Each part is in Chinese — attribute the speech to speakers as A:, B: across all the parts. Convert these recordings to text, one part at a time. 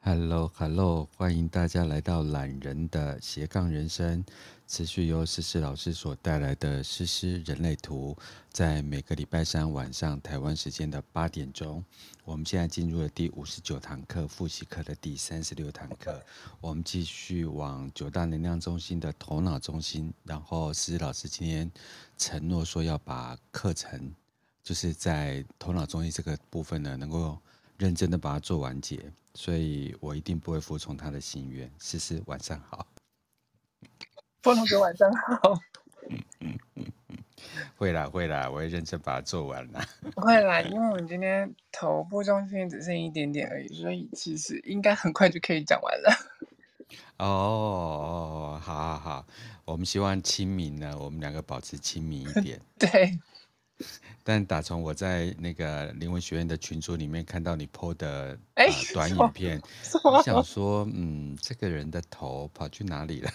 A: Hello，欢迎大家来到懒人的斜杠人生，持续由诗诗老师所带来的诗诗人类图，在每个礼拜三晚上台湾时间的8点钟，我们现在进入了第59堂课复习课的第36堂课，我们继续往9大能量中心的头脑中心，然后诗诗老师今天承诺说要把课程就是在头脑中心这个部分呢，能够认真的把它做完结，所以我一定不会服从他的心愿。诗诗，晚上好。
B: 波同学晚上好。
A: 会啦，我会认真把它做完啦。
B: 不会啦，因为我们今天头部中心只剩一点点而已，所以其实应该很快就可以讲完了。
A: 好，我们希望亲民呢，我们两个保持亲民一点。
B: 对，
A: 但打从我在那个灵魂学院的群组里面看到你 PO 的短
B: 什么
A: 影片，
B: 什
A: 我想
B: 么？
A: 说，这个人的头跑去哪里了？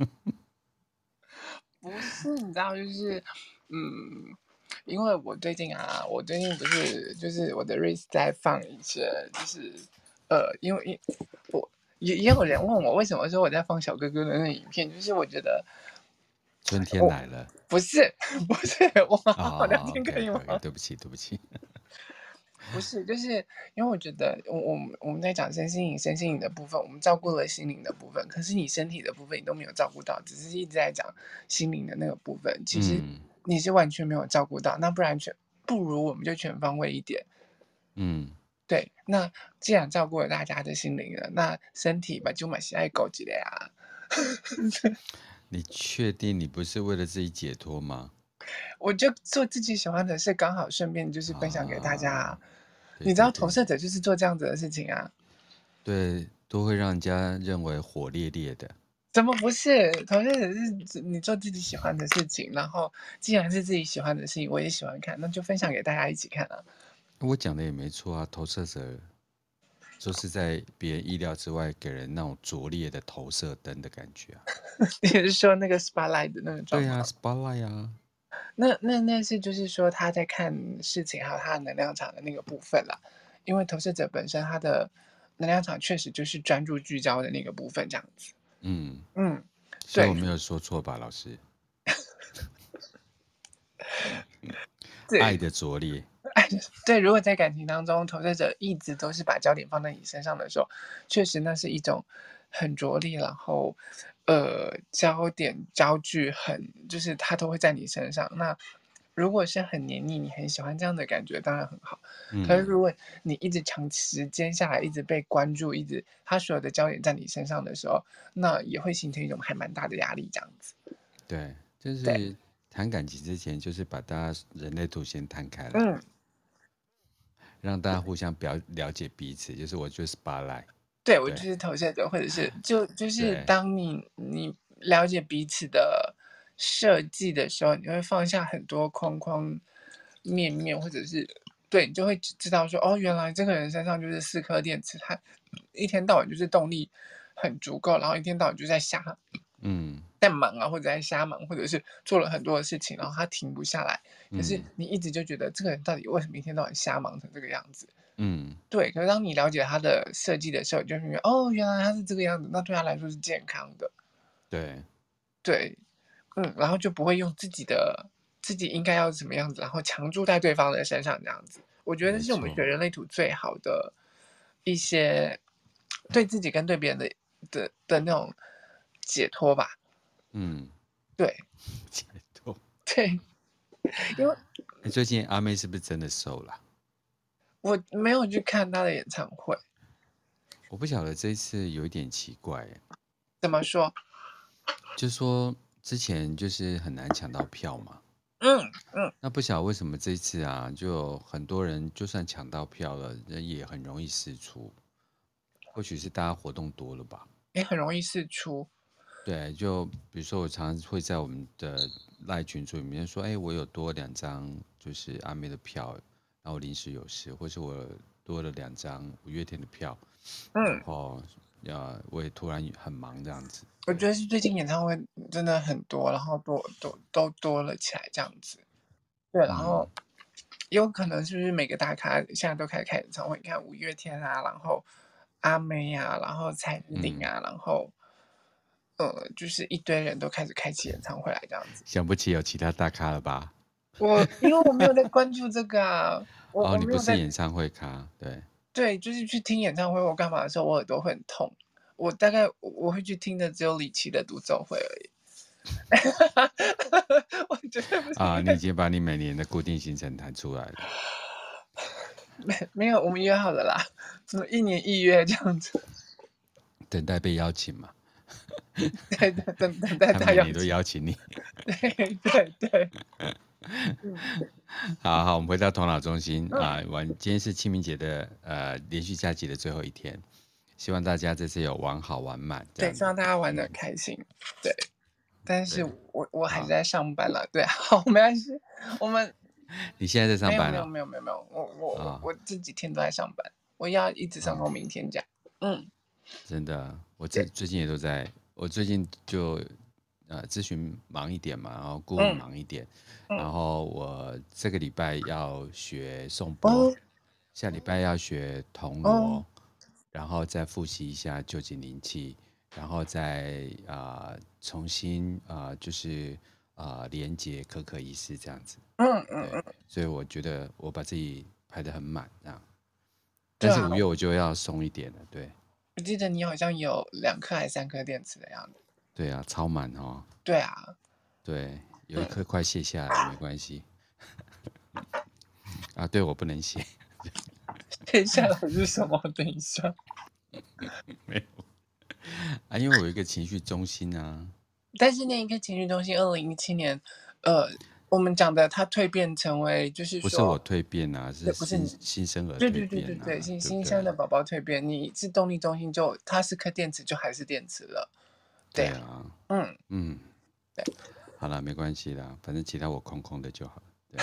B: 不是，你知道，就是因为我最近不是就是我的 Reels 在放一些，就是因为我也有人问我为什么说我在放小哥哥的那影片，就是我觉得
A: 春天
B: 我
A: 来了
B: 不是不是，我好好聊天可以吗？
A: OK，对不起。
B: 不是，就是因为我觉得我们在讲身心灵的部分，我们照顾了心灵的部分，可是你身体的部分你都没有照顾到，只是一直在讲心灵的那个部分，其实你是完全没有照顾到，那不如我们就全方位一点。对，那既然照顾了大家的心灵了，那身体吧就买喜爱狗几类啊。
A: 你确定你不是为了自己解脱吗？
B: 我就做自己喜欢的事，刚好顺便就是分享给大家啊。你知道投
A: 对，
B: 射者就是做这样子的事情啊。
A: 对，都会让人家认为火烈烈的。
B: 怎么不是？投射者是你做自己喜欢的事情，然后既然是自己喜欢的事情，我也喜欢看，那就分享给大家一起看啊。
A: 我讲的也没错啊，投射者就是在别人意料之外，给人那种拙劣的投射灯的感觉啊。
B: 你是说那个 spotlight 的那个状
A: 对啊
B: 况？
A: ，spotlight 啊。
B: 那是就是说他在看事情还有他的能量场的那个部分啦，因为投射者本身他的能量场确实就是专注聚焦的那个部分，这样子。嗯，对
A: 所以我没有说错吧，老师？爱
B: 对。
A: 的拙劣。
B: 对，如果在感情当中，投射者一直都是把焦点放在你身上的时候，确实那是一种很着力，然后焦点焦距就是他都会在你身上。那如果是很黏腻，你很喜欢这样的感觉，当然很好。可是如果你一直长时间下来，一直被关注，他所有的焦点在你身上的时候，那也会形成一种还蛮大的压力，这样子。
A: 对，就
B: 对，
A: 是谈感情之前，就是把大家人类图先摊开来，
B: 嗯。
A: 让大家互相了解彼此。就是我就是 spotlight。
B: 对，我就
A: 对
B: 是投射者，或者是就是
A: 对，
B: 当你了解彼此的设计的时候，你会放下很多框框面面，或者是对你就会知道说，哦，原来这个人身上就是4颗电池，他一天到晚就是动力很足够，然后一天到晚就在忙啊，或者在瞎忙，或者是做了很多的事情，然后他停不下来。可是你一直就觉得这个人到底为什么一天到晚瞎忙成这个样子？对，可是当你了解他的设计的时候，你就会明白，哦，原来他是这个样子，那对他来说是健康的。
A: 对，
B: 对，然后就不会用自己应该要什么样子，然后强注在对方的身上这样子。我觉得这是我们
A: 没错。
B: 学人类图最好的一些对自己跟对别人的那种解脱吧。对
A: 解脱。
B: 对，因为
A: 最近阿妹是不是真的瘦了？
B: 我没有去看他的演唱会。
A: 我不晓得这一次有一点奇怪耶，
B: 怎么说？
A: 就是说之前就是很难抢到票嘛，
B: 嗯嗯，
A: 那不晓得为什么这一次啊，就很多人就算抢到票了，人也很容易释出，或许是大家活动多了吧。
B: 也很容易释出。
A: 对，就比如说我常常会在我们的赖群组里面说，哎，我有多2张就是阿妹的票，然后临时有事，或是我多了2张五月天的票，然
B: 嗯。
A: 后我也突然很忙这样子。对。
B: 我觉得是最近演唱会真的很多，然后都多了起来这样子。对，然后也有可能是不是每个大咖现在都开始开演唱会？你看五月天啊，然后阿妹啊，然后蔡依林
A: 嗯，
B: 啊，然后就是一堆人都开始开启演唱会来这样子。
A: 想不起有其他大咖了吧？
B: 因为我没有在关注这个啊，我
A: 哦，你不
B: 我没有在
A: 是演唱会咖，对，
B: 对，就是去听演唱会或干嘛的时候，我耳朵会很痛。我大概我会去听的只有李琦的独奏会而已。我绝对不是
A: 啊，
B: 因为
A: 你已经把你每年的固定行程弹出来了，
B: 没有我们约好了啦，什么一年一约这样子。
A: 等待被邀请嘛，
B: 对，等待
A: 他每年都
B: 大邀请。
A: 邀请你。
B: 对对对，嗯
A: 好好，我们回到头脑中心
B: 嗯，
A: 啊，今天是清明节的连续假期的最后一天，希望大家这次有玩好玩满这
B: 对，希
A: 样子。
B: 望大家玩的开心。对，但是
A: 对，
B: 我还是
A: 好，
B: 在上班了。对，好，没关系，我们
A: 你现在在
B: 没有没有
A: 上班了
B: 没有没有没有，
A: 啊？
B: 我这几天都在上班，我要一直上
A: 啊，
B: 到明天这样。嗯，
A: 真的，我
B: 对，
A: 最近也都在，我最近就咨询忙一点嘛，然后顾问
B: 嗯
A: 忙一点，然
B: 嗯，
A: 后我这个礼拜要学颂钵，
B: 哦
A: 下礼拜要学铜
B: 哦，
A: 锣，然后再复习一下旧井灵气，然后再重新就是连接可可仪式这样子。对，
B: 嗯嗯嗯，
A: 所以我觉得我把自己排得很满这样，但
B: 对啊，
A: 是5月我就要松一点了。对，
B: 我记得你好像有2颗还是3颗电池的样子。
A: 对啊，超满哦。
B: 对啊，
A: 对，有一
B: 嗯，
A: 颗快卸下来了，没关系啊。对我不能卸，
B: 接下来是什么？等一下。
A: 没有啊，因为我有一个情绪中心啊，
B: 但是那一个情绪中心，2017年，呃，我们讲的它蜕变成为，就是
A: 不是我
B: 说，
A: 蜕变啊，是
B: 对，不是你，
A: 新生儿蜕
B: 对对对对对，
A: 变啊，对不对？
B: 新生的宝宝蜕变，你是动力中心就它是颗电池，就还是电池了。对呀、
A: 对啊，
B: 嗯，
A: 嗯，
B: 对，
A: 好了，没关系啦，反正其他我空空的就好了。对，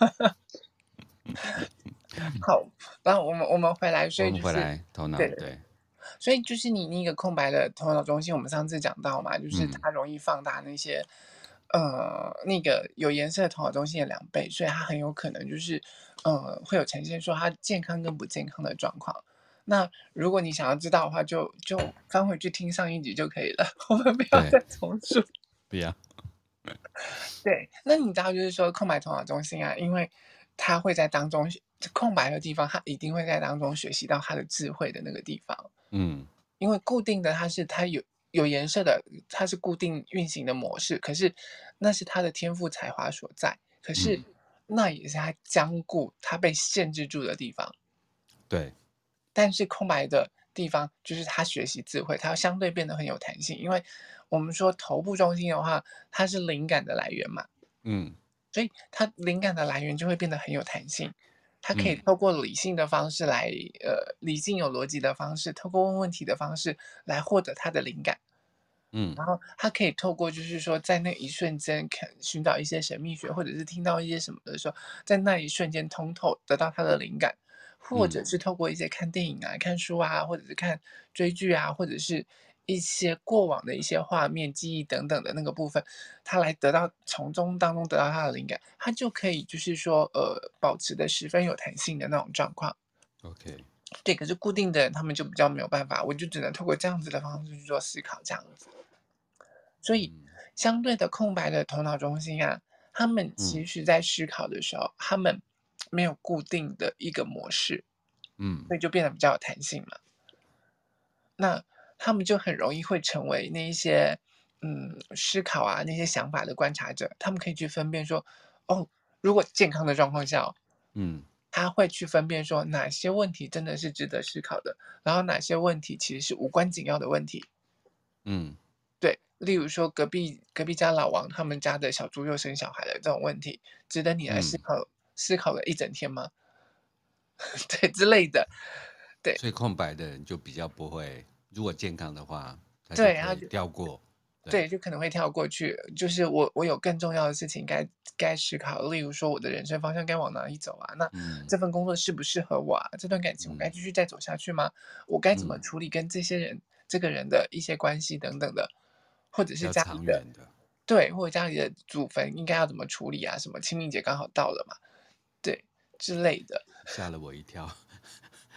B: 好，然后我们回来，所
A: 我
B: 以就是，
A: 们回来头脑，
B: 对对对，
A: 对，
B: 所以就是你那个空白的头脑中心，我们上次讲到嘛，就是
A: 嗯
B: 它容易放大那些，那个有颜色的头脑中心的2倍，所以它很有可能就是，会有呈现说它健康跟不健康的状况。那如果你想要知道的话，就翻回去听上一集就可以了，我们不要
A: 对，
B: 再重述。
A: 不要，
B: 对，那你知道就是说空白头脑中心啊，因为它会在当中空白的地方，它一定会在当中学习到它的智慧的那个地方。
A: 嗯
B: 因为固定的它有颜色的，它是固定运行的模式，可是那是它的天赋才华所在，可是
A: 嗯，
B: 那也是它僵固、它被限制住的地方。
A: 对，
B: 但是空白的地方就是他学习智慧，它相对变得很有弹性。因为我们说头部中心的话，它是灵感的来源嘛，
A: 嗯
B: 所以它灵感的来源就会变得很有弹性。它可以
A: 嗯
B: 透过理性的方式来，理性有逻辑的方式，透过问问题的方式来获得它的灵感。
A: 嗯
B: 然后他可以透过就是说，在那一瞬间寻找一些神秘学，或者是听到一些什么的时候，在那一瞬间通透，得到他的灵感，或者
A: 嗯
B: 是透过一些看电影啊、看书啊，或者是看追剧啊，或者是一些过往的一些画面、记忆等等的那个部分，他来从中当中得到他的灵感，他就可以就是说，保持的十分有弹性的那种状况。
A: ，OK，
B: 对，可是固定的人他们就比较没有办法，我就只能透过这样子的方式去做思考，这样子。所以
A: 嗯
B: 相对的空白的头脑中心啊，他们其
A: 嗯
B: 实在思考的时候，他们没有固定的一个模式，
A: 嗯
B: 所以就变得比较有弹性嘛。那他们就很容易会成为那一些思考啊那些想法的观察者，他们可以去分辨说，哦，如果健康的状况下哦，
A: 嗯
B: 他会去分辨说哪些问题真的是值得思考的，然后哪些问题其实是无关紧要的问题。
A: 嗯
B: 对，例如说隔壁家老王他们家的小猪又生小孩了这种问题，值得你来思
A: 嗯，
B: 考思考个一整天吗？对之类的，对
A: 所以空白的人就比较不会，如果健康的话，他就
B: 对，
A: 可以跳过。对，
B: 对，就可能会跳过去，就是我有更重要的事情该思考，例如说我的人生方向该往哪里走啊？那
A: 嗯
B: 这份工作适不适合我啊？这段感情我该
A: 嗯
B: 继续再走下去吗？我该怎么
A: 嗯，
B: 处理跟这个人的一些关系等等的，或者是
A: 比较
B: 家里的
A: 长远的，
B: 对，或者家里的祖坟应该要怎么处理啊？什么清明节刚好到了嘛，对之类的。
A: 吓了我一跳。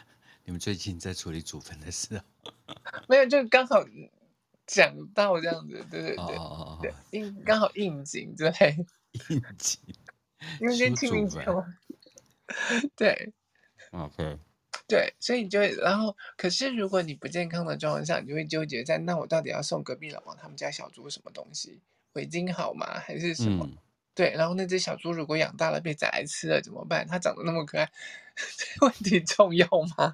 A: 你们最近在处理祖坟的事哦？
B: 没有，就刚好讲到这样子，对对
A: 哦
B: 对对，
A: 哦哦哦，
B: 刚好应景，对，
A: 应景
B: 因为跟
A: 修
B: 清明
A: 祖坟
B: 节有对。
A: ，OK，
B: 对，所以你就会然后可是如果你不健康的状况下，你就会纠结在那我到底要送隔壁老王他们家小猪什么东西？围巾好吗？还是什么？
A: 嗯，
B: 对，然后那只小猪如果养大了被宰来吃了怎么办？它长得那么可爱，这问题重要吗？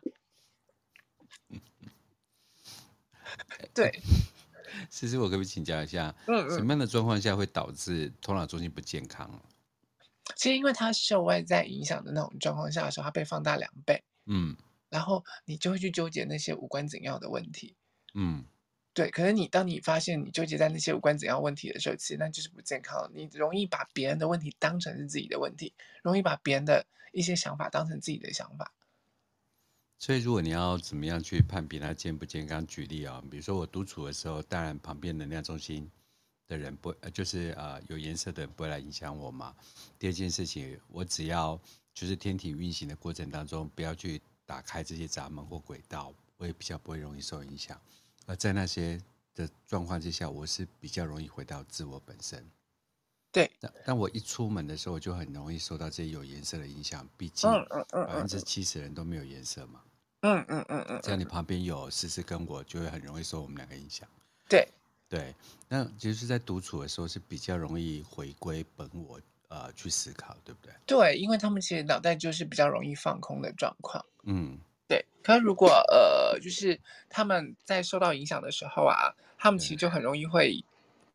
B: 对，
A: 其实我可不可以请教一下，
B: 嗯嗯，
A: 什么样的状况下会导致头脑中心不健康？
B: 其实因为它受外在影响的那种状况下的时候，它被放大2倍，
A: 嗯
B: 然后你就会去纠结那些无关紧要的问题。
A: 嗯
B: 对，可是当你发现你纠结在那些无关紧要问题的时候，其实那就是不健康的。你容易把别人的问题当成是自己的问题，容易把别人的一些想法当成自己的想法。
A: 所以如果你要怎么样去判别它健不健康，举例啊，比如说我独处的时候，当然旁边能量中心的人不，就是有颜色的人不会来影响我嘛。第二件事情，我只要就是天体运行的过程当中，不要去打开这些闸门或轨道，我也比较不会容易受影响。而在那些的状况之下，我是比较容易回到自我本身。
B: 对，
A: 但我一出门的时候，就很容易受到这些有颜色的影响，毕竟
B: 嗯嗯嗯嗯嗯
A: 70%人都没有颜色嘛。
B: 嗯嗯嗯嗯嗯，
A: 这样你旁边有思思跟我，就会很容易受我们两个影响。
B: 对
A: 对，那其实是在独处的时候是比较容易回归本我，去思考，对不对？
B: 对，因为他们其实脑袋就是比较容易放空的状况。
A: 嗯，
B: 对，可是如果就是他们在受到影响的时候啊，他们其实
A: 对，
B: 就很容易会，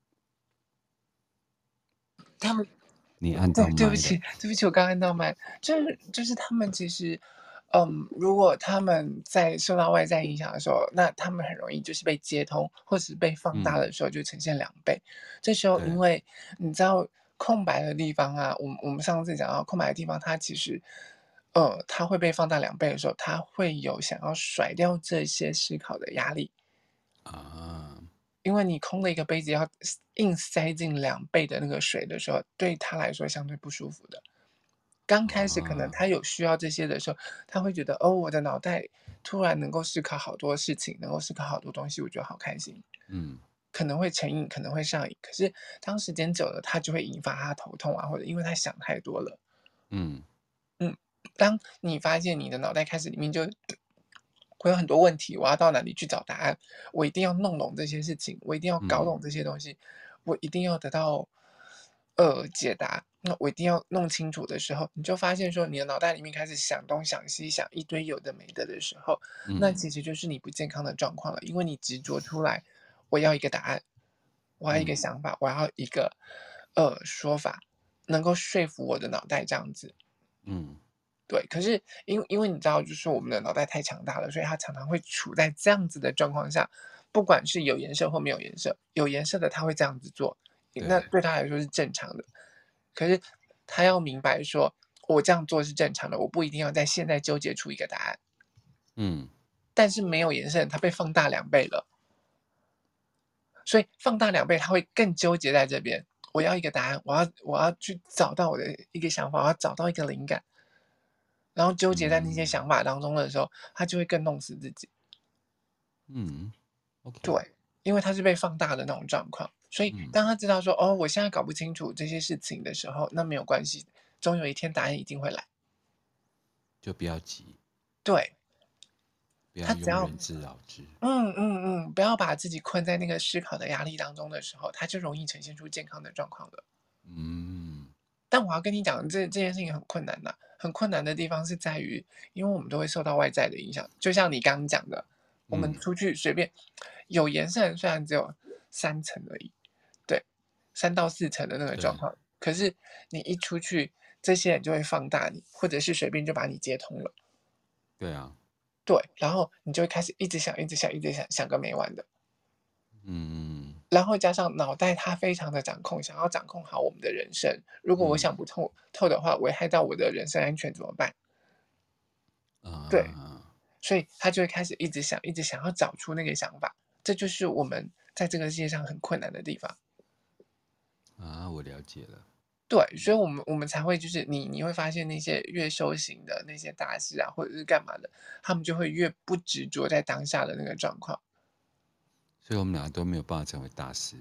B: 他们
A: 你按到
B: 对，对不
A: 麦了，
B: 起，对不起，我刚按到麦，就是他们其实，如果他们在受到外在影响的时候，那他们很容易就是被接通，或是被放大
A: 嗯，
B: 的时候就呈现2倍。这时候，因
A: 对，
B: 为你知道空白的地方啊，我们上次讲到空白的地方，它其实，它会被放大2倍的时候，它会有想要甩掉这些思考的压力。
A: 啊，
B: 因为你空了一个杯子，要硬塞进2倍的那个水的时候，对他来说相对不舒服的。刚开始可能
A: 啊，
B: 他有需要这些的时候，他会觉得哦，我的脑袋突然能够思考好多事情，能够思考好多东西，我觉得好开心。
A: 嗯
B: 可能会成瘾，可能会上瘾。可是当时间久了，他就会引发他头痛啊，或者因为他想太多了。
A: 嗯
B: 嗯，当你发现你的脑袋开始里面就会有很多问题，我要到哪里去找答案？我一定要弄懂这些事情，我一定要搞
A: 嗯
B: 懂这些东西，我一定要得到解答。那我一定要弄清楚的时候，你就发现说，你的脑袋里面开始想东想西，想一堆有的没的的时候，那
A: 嗯
B: 其实就是你不健康的状况了，因为你执着出来，我要一个答案，我要一个
A: 嗯
B: 想法，我要一个说法，能够说服我的脑袋这样子。
A: 嗯
B: 对，可是因为你知道，就是我们的脑袋太强大了，所以它常常会处在这样子的状况下，不管是有颜色或没有颜色，有颜色的他会这样子做，那
A: 对，
B: 对他来说是正常的。可是他要明白说，我这样做是正常的，我不一定要在现在纠结出一个答案。
A: 嗯
B: 但是没有颜色的，它被放大2倍了，所以放大2倍，他会更纠结在这边。我要一个答案，我要去找到我的一个想法，我要找到一个灵感。然后纠结在那些
A: 嗯
B: 想法当中的时候，他就会更弄死自己。
A: 嗯，OK，
B: 对，因为他是被放大的那种状况，所以
A: 嗯，
B: 当他知道说，哦，我现在搞不清楚这些事情的时候，那没有关系，终有一天答案一定会来。
A: 就不要急，
B: 对，
A: 不要
B: 他只要
A: 庸人自扰之。
B: 不要把自己困在那个思考的压力当中的时候，他就容易呈现出健康的状况了。
A: 嗯
B: 但我要跟你讲，这件事情很困难的，很困难的地方是在于，因为我们都会受到外在的影响，就像你刚刚讲的，我们
A: 嗯，
B: 出去随便有颜色的虽然只有3层而已，对，3到4层的那个状
A: 对
B: 况，可是你一出去，这些人就会放大你，或者是随便就把你接通了，
A: 对啊，
B: 对，然后你就会开始一直想，一直想，一直想，想个没完的。
A: 嗯
B: 然后加上脑袋它非常的掌控，想要掌控好我们的人生。如果我
A: 嗯
B: 想不透的话，危害到我的人身安全怎么办？对，
A: 啊
B: 所以他就会开始一直想，一直想要找出那个想法。这就是我们在这个世界上很困难的地方。
A: 啊，我了解了。
B: 对，所以我们才会就是你会发现那些越修行的那些大师啊，或者是干嘛的，他们就会越不执着在当下的那个状况。
A: 所以我们俩都没有办法成为大师。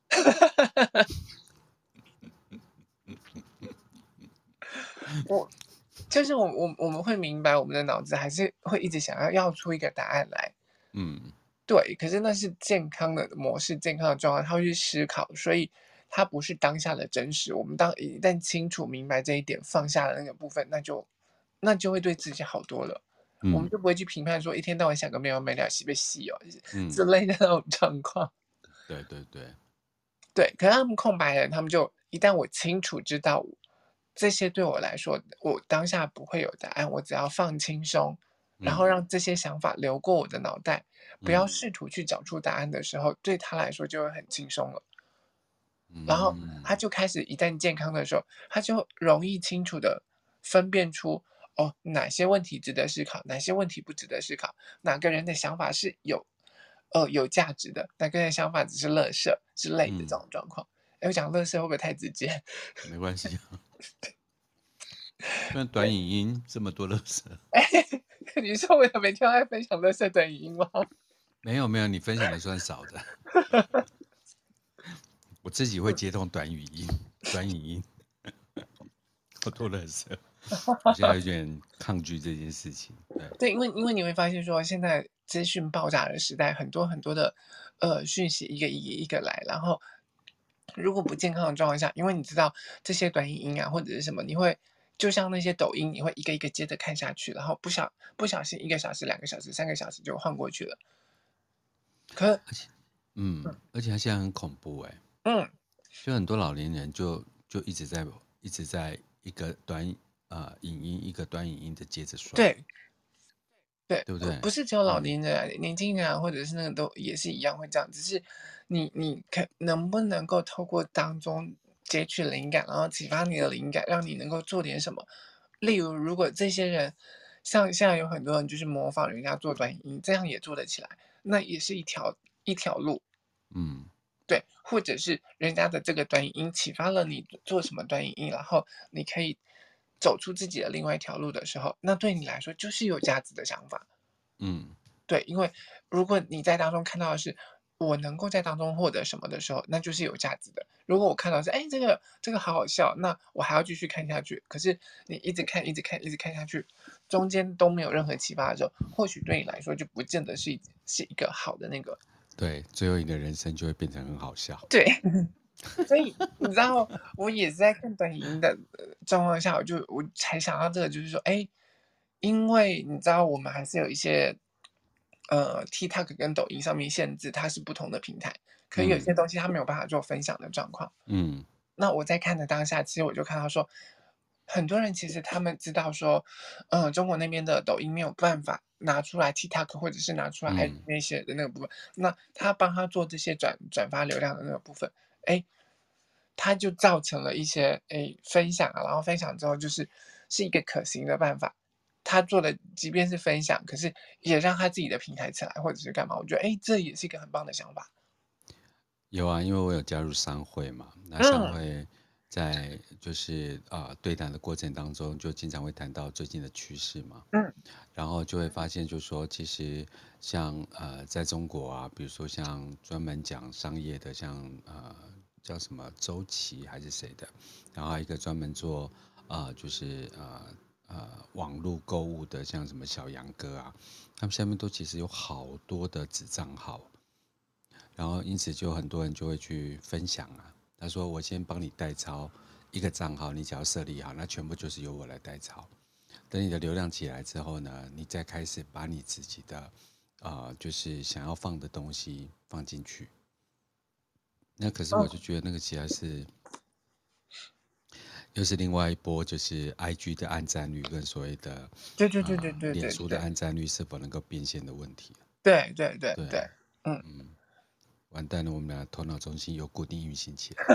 B: 我就是我们会明白，我们的脑子还是会一直想要出一个答案来。
A: 嗯
B: 对，可是那是健康的模式，健康的状态，他会去思考，所以它不是当下的真实。我们一旦清楚明白这一点，放下了那个部分，那就会对自己好多了。我们
A: 嗯
B: 就不会去评判说一天到晚想个没完没了，洗不洗哦，
A: 嗯，
B: 之类的那种状况。
A: 对对对，
B: 对，可是他们空白人，他们就一旦我清楚知道这些对我来说，我当下不会有答案，我只要放轻松，然后
A: 嗯
B: 让这些想法流过我的脑袋，不要
A: 嗯
B: 试图去找出答案的时候，对他来说就会很轻松了。然后他
A: 嗯
B: 就开始一旦健康的时候，他就容易清楚的分辨出，哦，哪些问题值得思考，哪些问题不值得思考，哪个人的想法是有价值的，哪个人的想法只是垃圾之类的这
A: 嗯，
B: 种状况。哎，我讲垃圾会不会太直接？
A: 没关系啊。像短影音这么多垃圾，
B: 哎，你说我有每天爱分享垃圾短语音吗？
A: 没有没有，你分享的算少的。我自己会接通短语音、短影音，好多垃圾。我现在有点抗拒这件事情。对，
B: 对，因为你会发现说，现在资讯爆炸的时代，很多很多的讯息一个来，然后如果不健康的状况下，因为你知道这些短影音啊或者是什么，你会就像那些抖音，你会一个一个接着看下去，然后不小心1个小时、2个小时、3个小时就晃过去了。可
A: 而且它现在很恐怖哎，
B: 嗯，
A: 就很多老年人就一直在一个影音一个短影音的接着刷，
B: 对对，
A: 对不对？
B: 不是只有老
A: 嗯
B: 年人啊，年轻人啊，或者是那个都也是一样会这样，只是你能不能够透过当中截取灵感，然后启发你的灵感，让你能够做点什么。例如，如果这些人像现在有很多人就是模仿人家做短影音，这样也做得起来，那也是一条路。
A: 嗯
B: 对，或者是人家的这个短影音启发了你做什么短影音，然后你可以走出自己的另外一条路的时候，那对你来说就是有价值的想法。
A: 嗯，
B: 对，因为如果你在当中看到的是我能够在当中获得什么的时候，那就是有价值的。如果我看到是，哎，这个好好笑，那我还要继续看下去。可是你一直看，一直看，一直看下去，中间都没有任何启发的时候，或许对你来说就不见得是一个好的那个。
A: 对，最后你的人生就会变成很好笑。
B: 对，所以你知道，我也是在看短影音的状况下，我才想到这个，就是说，哎，因为你知道我们还是有一些TikTok 跟抖音上面限制，它是不同的平台，可以有
A: 嗯
B: 些东西它没有办法做分享的状况。
A: 嗯
B: 那我在看的当下，其实我就看到说，很多人其实他们知道说，中国那边的抖音没有办法拿出来 TikTok 或者是拿出来 IG
A: 嗯，
B: 那些的那个部分，那他帮他做这些转发流量的那个部分，哎，他就造成了一些分享啊，然后分享之后是一个可行的办法。他做的即便是分享，可是也让他自己的平台起来，或者是干嘛，我觉得这也是一个很棒的想法。
A: 有啊，因为我有加入商会嘛，那商
B: 嗯
A: 会在就是对谈的过程当中，就经常会谈到最近的趋势嘛，
B: 嗯
A: 然后就会发现，就是说其实像在中国啊，比如说像专门讲商业的，像叫什么周琦还是谁的，然后还有一个专门做就是网络购物的，像什么小杨哥啊，他们下面都其实有好多的子账号。然后因此就很多人就会去分享啊。他说：“我先帮你代操一个账号，你只要设立好，那全部就是由我来代操。等你的流量起来之后呢，你再开始把你自己的就是想要放的东西放进去。那可是我就
B: 嗯，
A: 觉得那个其实是又是另外一波，就是 IG 的按赞率跟所谓的
B: 对对对对对
A: 脸
B: 对对
A: 书的按赞率是否能够变现的问题。
B: 对对对
A: 对，
B: 对，嗯。
A: 完蛋了，我们俩头脑中心有固定运行起来。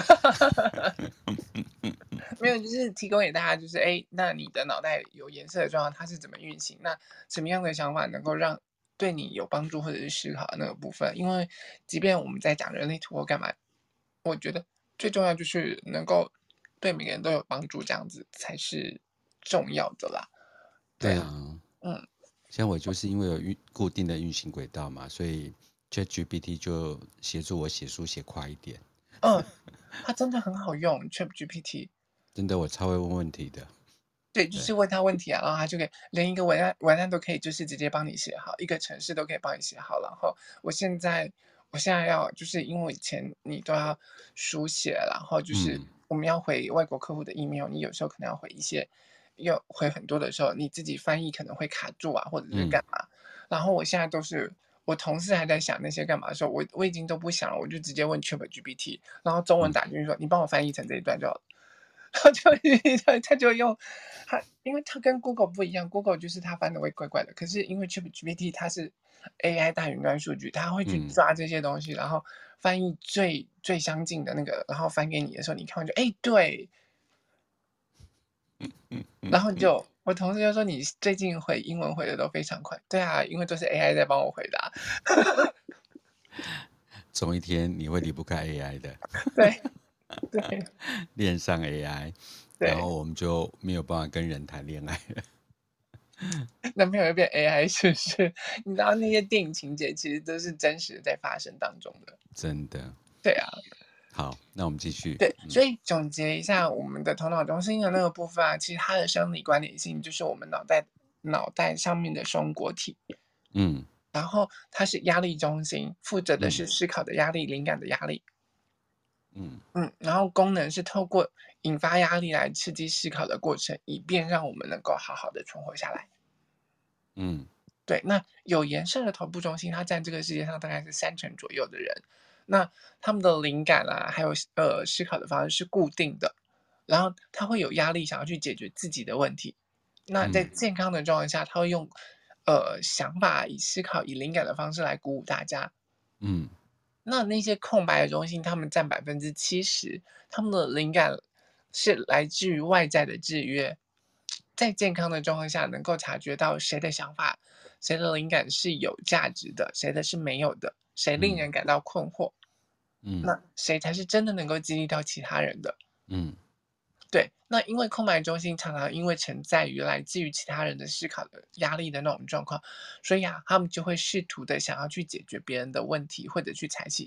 B: 没有，就是提供给大家，就是那你的脑袋有颜色的状况，它是怎么运行？那什么样的想法能够让对你有帮助或者是思考的那个部分？因为即便我们在讲人类图或干嘛，我觉得最重要就是能够对每个人都有帮助，这样子才是重要的啦。对啊，
A: 对啊，
B: 嗯
A: 像我就是因为有固定的运行轨道嘛，所以 ChatGPT 就协助我写书写快一点。
B: 嗯，它真的很好用，ChatGPT。
A: 真的，我超会问问题的。
B: 对，就
A: 对，
B: 是问他问题啊，然后他就可以连一个文案都可以，就是直接帮你写好，一个程式都可以帮你写好。然后我现在要就是因为以前你都要书写，然后就是
A: 嗯
B: 我们要回外国客户的 email，你有时候可能要回一些，要回很多的时候，你自己翻译可能会卡住啊，或者是
A: 嗯
B: 干嘛。然后我现在都是我同事还在想那些干嘛的时候，我已经都不想了，我就直接问 ChatGPT，然后中文
A: 嗯
B: 打进去说你帮我翻译成这一段就好了。他就他就用他，因为他跟 Google 不一样，Google 就是他翻的会怪怪的，可是因为 ChatGPT 它是 AI 大云端数据，它会去
A: 嗯
B: 抓这些东西，然后翻译最相近的那个，然后翻给你的时候，你看完就对，然后我同事就说你最近回英文回的都非常快，对啊，因为都是 AI 在帮我回答，
A: 总一天你会离不开 AI 的，
B: 对对
A: 恋上 AI，然后
B: 对，
A: 我们就没有办法跟人谈恋爱了。
B: 男朋友又变 AI 是不是？你知道那些电影情节其实都是真实的在发生当中的，
A: 真的。
B: 对啊。
A: 好，那我们继续。
B: 对，所以总结一下我们的头脑中心的那个部分啊，其实它的生理关联性就是我们脑袋上面的松果体，
A: 嗯
B: 然后它是压力中心，负责的
A: 嗯
B: 是思考的压力、灵感的压力，
A: 嗯
B: 然后功能是透过引发压力来刺激思考的过程，以便让我们能够好好的存活下来。
A: 嗯
B: 对，那有颜色的头部中心，它占这个世界上大概是30%左右的人。那他们的灵感啊，还有思考的方式是固定的，然后他会有压力，想要去解决自己的问题。那在
A: 嗯
B: 健康的状态下，他会用想法、以思考、以灵感的方式来鼓舞大家。
A: 嗯
B: 那些空白的中心，他们占70%，他们的灵感是来自于外在的制约。在健康的状况下，能够察觉到谁的想法、谁的灵感是有价值的，谁的是没有的，谁令
A: 嗯
B: 人感到困惑，
A: 嗯
B: 那谁才是真的能够激励到其他人的。
A: 嗯
B: 对，那因为空白中心常常因为承载于来自于其他人的思考的压力的那种状况，所以啊，他们就会试图的想要去解决别人的问题，或者去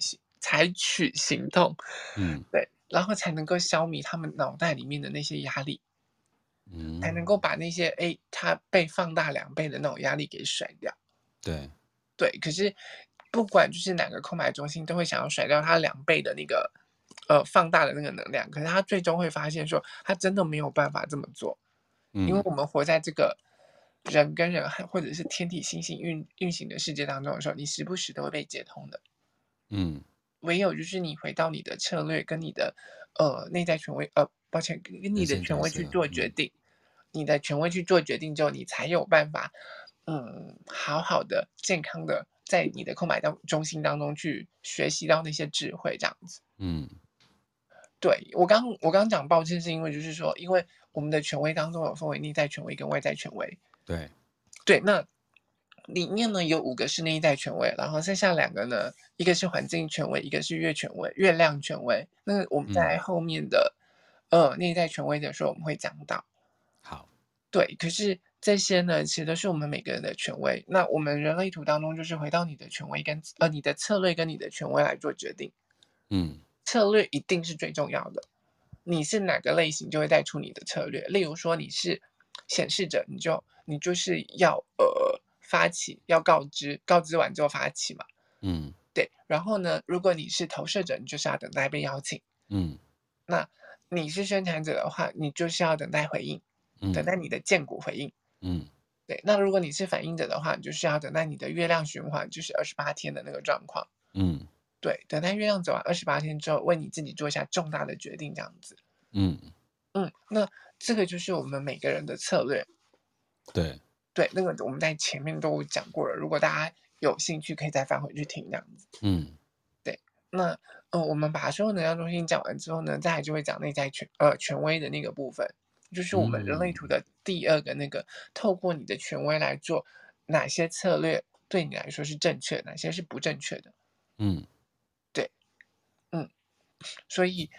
B: 采取行动，
A: 嗯
B: 对，然后才能够消弭他们脑袋里面的那些压力，才
A: 嗯，
B: 能够把那些他被放大2倍的那种压力给甩掉。
A: 对，
B: 对，可是不管就是哪个空白中心，都会想要甩掉它2倍的那个放大的那个能量，可是他最终会发现说，他真的没有办法这么做，因为
A: 嗯
B: 我们活在这个人跟人或者是天体星星运行的世界当中的时候，你时不时都会被接通的。
A: 嗯，
B: 唯有就是你回到你的策略跟你的内在权威，抱歉，跟你
A: 人
B: 的权威去
A: 生角色，
B: 做决定，你的权威去做决定之后，你才有办法，好好的、健康的在你的空白中心当中去学习到那些智慧，这样子。
A: 嗯
B: 对，我刚讲抱歉，是因为就是说，因为我们的权威当中有分为内在权威跟外在权威。
A: 对，
B: 对，那里面呢有5个是内在权威，然后剩下2个呢，一个是环境权威，一个是月亮权威。那我们
A: 嗯
B: 在后面的内在权威的时候，我们会讲到。
A: 好，
B: 对，可是这些呢，其实都是我们每个人的权威。那我们人类图当中，就是回到你的权威跟你的策略跟你的权威来做决定。
A: 嗯
B: 策略一定是最重要的。你是哪个类型，就会带出你的策略。例如说你是显示者，你就是要发起，要告知，告知完之后发起嘛。
A: 嗯
B: 对，然后呢，如果你是投射者，你就是要等待被邀请。
A: 嗯
B: 那你是生产者的话，你就是要等待回应，等
A: 嗯
B: 待你的荐股回应。
A: 嗯
B: 对，那如果你是反应者的话，你就是要等待你的月亮循环，就是28天的那个状况。
A: 嗯
B: 对，等待月亮走完28天之后，为你自己做一下重大的决定，这样子。
A: 嗯，
B: 那这个就是我们每个人的策略。
A: 对，
B: 对，那个我们在前面都讲过了，如果大家有兴趣，可以再翻回去听这样子。
A: 嗯
B: 对，那我们把所有能量中心讲完之后呢，再来就会讲内在权威的那个部分，就是我们人类图
A: 嗯
B: 的第2个那个，透过你的权威来做哪些策略对你来说是正确，哪些是不正确的。
A: 嗯
B: 对，嗯。所以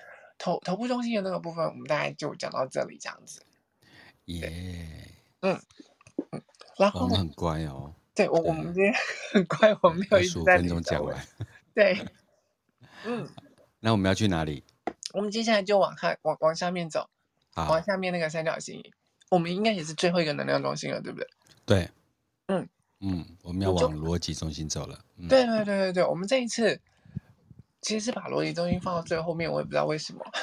B: 头部中心的那个部分，我们大概就讲到这里这样子。
A: 耶！
B: 嗯嗯，然
A: 我们
B: 后
A: 很乖哦。
B: 对我
A: 对
B: 们今天很快，我
A: 对，
B: 没有一直在
A: 25分
B: 理小文。
A: 钟讲完。
B: 对，嗯，
A: 那我们要去哪里？
B: 我们接下来就往下面走，往
A: 好，
B: 下面那个三角形，我们应该也是最后一个能量中心了，对不对？
A: 对，
B: 嗯，
A: 我们要
B: 你就
A: 往逻辑中心走了。
B: 对对对对对，我们这一次其实是把逻辑中心放到最后面，我也不知道为什么，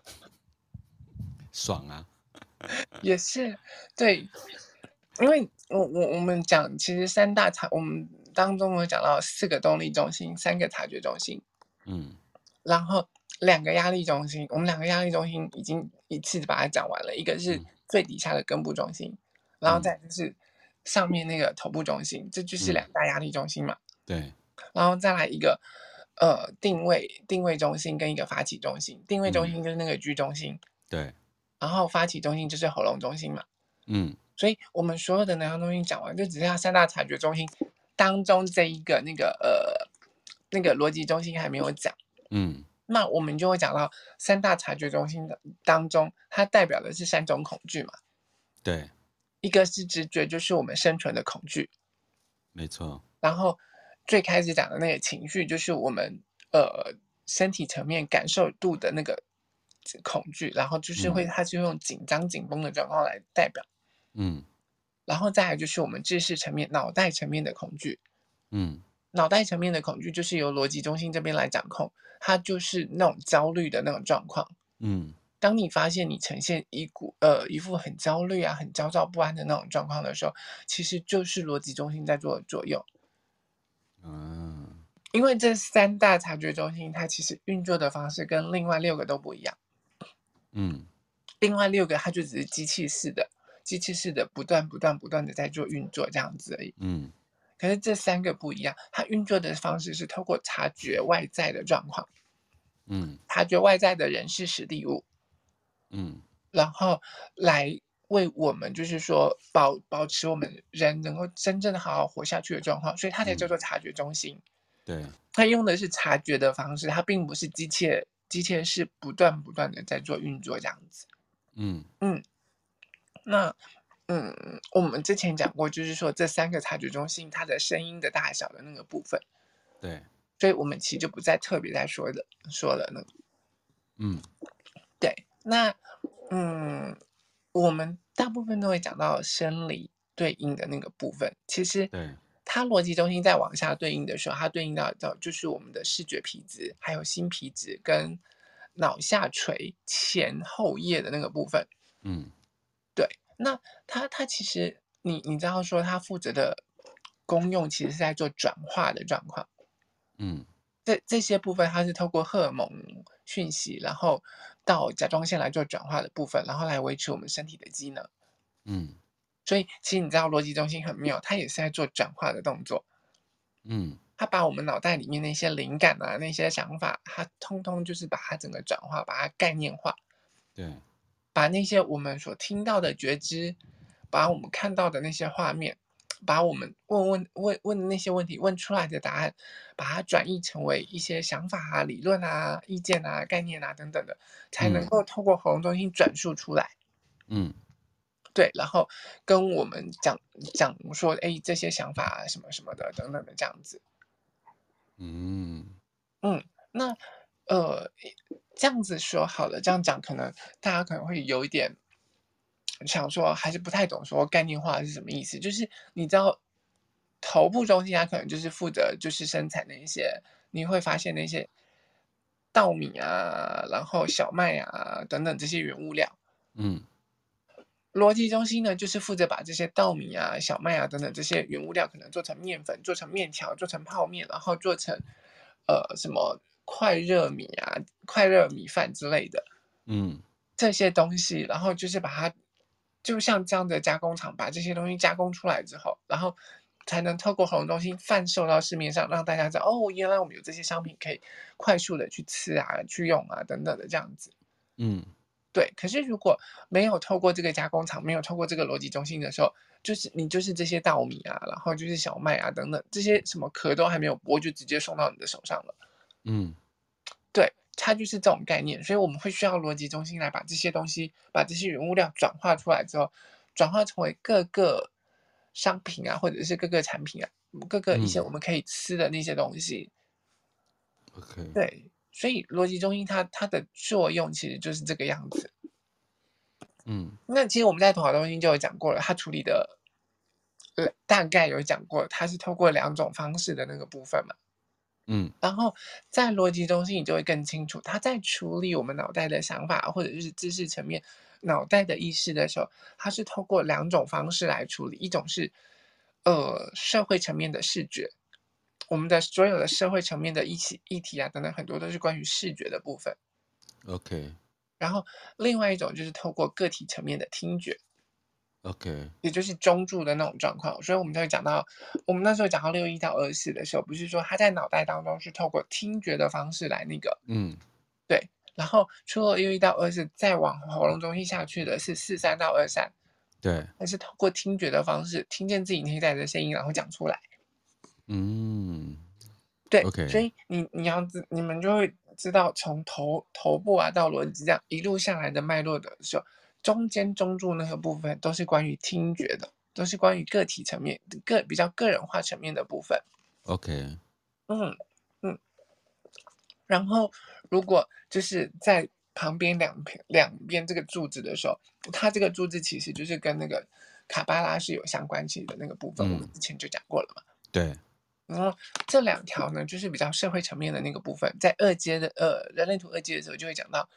A: 爽啊！
B: 也是对，因为我们讲，其实我们当中有讲到4个动力中心，3个察觉中心，
A: 嗯
B: 然后2个压力中心，我们2个压力中心已经一次把它讲完了，一个是
A: 嗯
B: 最底下的根部中心，然后
A: 嗯
B: 再就是上面那个头部中心，这就是
A: 嗯，
B: 2大压力中心嘛，
A: 对，
B: 然后再来一个定位中心跟一个发起中心，定位中心就是那个居中心，
A: 对，
B: 然后发起中心就是喉咙中心嘛。
A: 嗯
B: 所以我们所有的能量中心讲完，就只剩下3大察觉中心当中这一个那个逻辑中心还没有讲。
A: 嗯
B: 那我们就会讲到3大察觉中心的当中，它代表的是3种恐惧嘛。
A: 对，
B: 一个是直觉，就是我们生存的恐惧，
A: 没错。
B: 然后最开始讲的那个情绪，就是我们身体层面感受度的那个恐惧，然后就是它是用紧张紧绷的状况来代表。
A: 嗯
B: 然后再来就是我们知识层面、脑袋层面的恐惧。
A: 嗯
B: 脑袋层面的恐惧就是由逻辑中心这边来掌控，它就是那种焦虑的那种状况。
A: 嗯
B: 当你发现你呈现一副很焦虑啊、很焦躁不安的那种状况的时候，其实就是逻辑中心在做的作用。
A: 嗯
B: 因为这3大察觉中心，它其实运作的方式跟另外6个都不一样。
A: 嗯
B: 另外6个它就只是机器式的不断的在做运作这样子而已。
A: 嗯
B: 可是这3个不一样，它运作的方式是透过察觉外在的状况，
A: 嗯
B: 察觉外在的人事实地物，
A: 嗯
B: 然后来为我们就是说保持我们人能够真正的好好活下去的状况，所以它才叫做察觉中心。
A: 对，
B: 它用的是察觉的方式，它并不是机械式不断的在做运作这样子。
A: 嗯
B: 嗯，那我们之前讲过，就是说这3个察觉中心它的声音的大小的那个部分，
A: 对，
B: 所以我们其实就不再特别再说了呢。
A: 嗯
B: 对，那我们大部分都会讲到生理对应的那个部分，其实
A: 对，
B: 它逻辑中心再往下对应的时候，它对应到就是我们的视觉皮质，还有新皮质跟脑下垂前后叶的那个部分。
A: 嗯
B: 对，那它其实你知道说它负责的功用其实是在做转化的状况。
A: 嗯
B: 这些部分它是透过荷尔蒙讯息，然后到甲状腺来做转化的部分，然后来维持我们身体的机能。
A: 嗯
B: 所以其实你知道逻辑中心很妙，它也是在做转化的动作。
A: 嗯
B: 它把我们脑袋里面那些灵感啊、那些想法，它通通就是把它整个转化，把它概念化，
A: 对，
B: 把那些我们所听到的觉知，把我们看到的那些画面，把我们问的那些问题问出来的答案，把它转译成为一些想法啊、理论啊、意见啊、概念啊等等的，才能够透过喉咙中心转述出来。
A: 嗯
B: 对，然后跟我们讲说，哎，这些想法啊，什么什么的等等的这样子。
A: 嗯
B: 嗯，那这样子说好了，这样讲可能大家可能会有一点想说，还是不太懂说概念化是什么意思。就是你知道，头部中心它可能就是负责就是生产的一些，你会发现那些稻米啊，然后小麦啊等等这些原物料。
A: 嗯
B: 逻辑中心呢，就是负责把这些稻米啊、小麦啊等等这些原物料，可能做成面粉、做成面条、做成泡面，然后做成什么快热米啊、快热米饭之类的
A: 嗯
B: 这些东西，然后就是把它就像这样的加工厂把这些东西加工出来之后，然后才能透过喉咙中心贩售到市面上，让大家知道哦，原来我们有这些商品可以快速的去吃啊、去用啊等等的这样子。
A: 嗯
B: 对，可是如果没有透过这个加工厂，没有透过这个逻辑中心的时候，就是这些稻米啊，然后就是小麦啊等等，这些什么壳都还没有剥，就直接送到你的手上了。
A: 嗯
B: 对， 它就是这种概念，所以我们会需要逻辑中心来把这些东西，把这些原物料转化出来之后，转化成为各个商品啊，或者是各个产品啊，各个一些我们可以吃的那些东西。
A: OK，
B: 对，所以逻辑中心它的作用其实就是这个样子。
A: 嗯
B: 那其实我们在头脑中心就有讲过了，它处理的大概有讲过，它是透过2种方式的那个部分嘛。
A: 嗯
B: 然后在逻辑中心，你就会更清楚，它在处理我们脑袋的想法或者是知识层面、脑袋的意识的时候，它是透过2种方式来处理。一种是社会层面的视觉，我们的所有的社会层面的议题啊等等，很多都是关于视觉的部分。
A: ，OK
B: 然后另外一种就是透过个体层面的听觉。
A: OK，
B: 也就是中柱的那种状况，所以我们就会讲到，我们那时候讲到61到24的时候，不是说他在脑袋当中是透过听觉的方式来那个
A: 嗯
B: 对，然后除了61到24，再往喉咙中心下去的是43到23，
A: 对，
B: 还是透过听觉的方式听见自己内在的声音，然后讲出来。
A: 嗯
B: 对，所
A: ，OK，
B: 以你们就会知道从头部啊到轮子这样一路下来的脉络的时候，中间中柱那个部分都是关于听觉的，都是关于个体层面、比较个人化层面的部分。
A: OK，
B: 嗯嗯，然后如果就是在旁边两边这个柱子的时候，它这个柱子其实就是跟那个卡巴拉是有相关系的那个部分，我们
A: 嗯，
B: 之前就讲过了嘛。
A: 对，
B: 然后这2条呢，就是比较社会层面的那个部分，在人类图二阶的时候就会讲到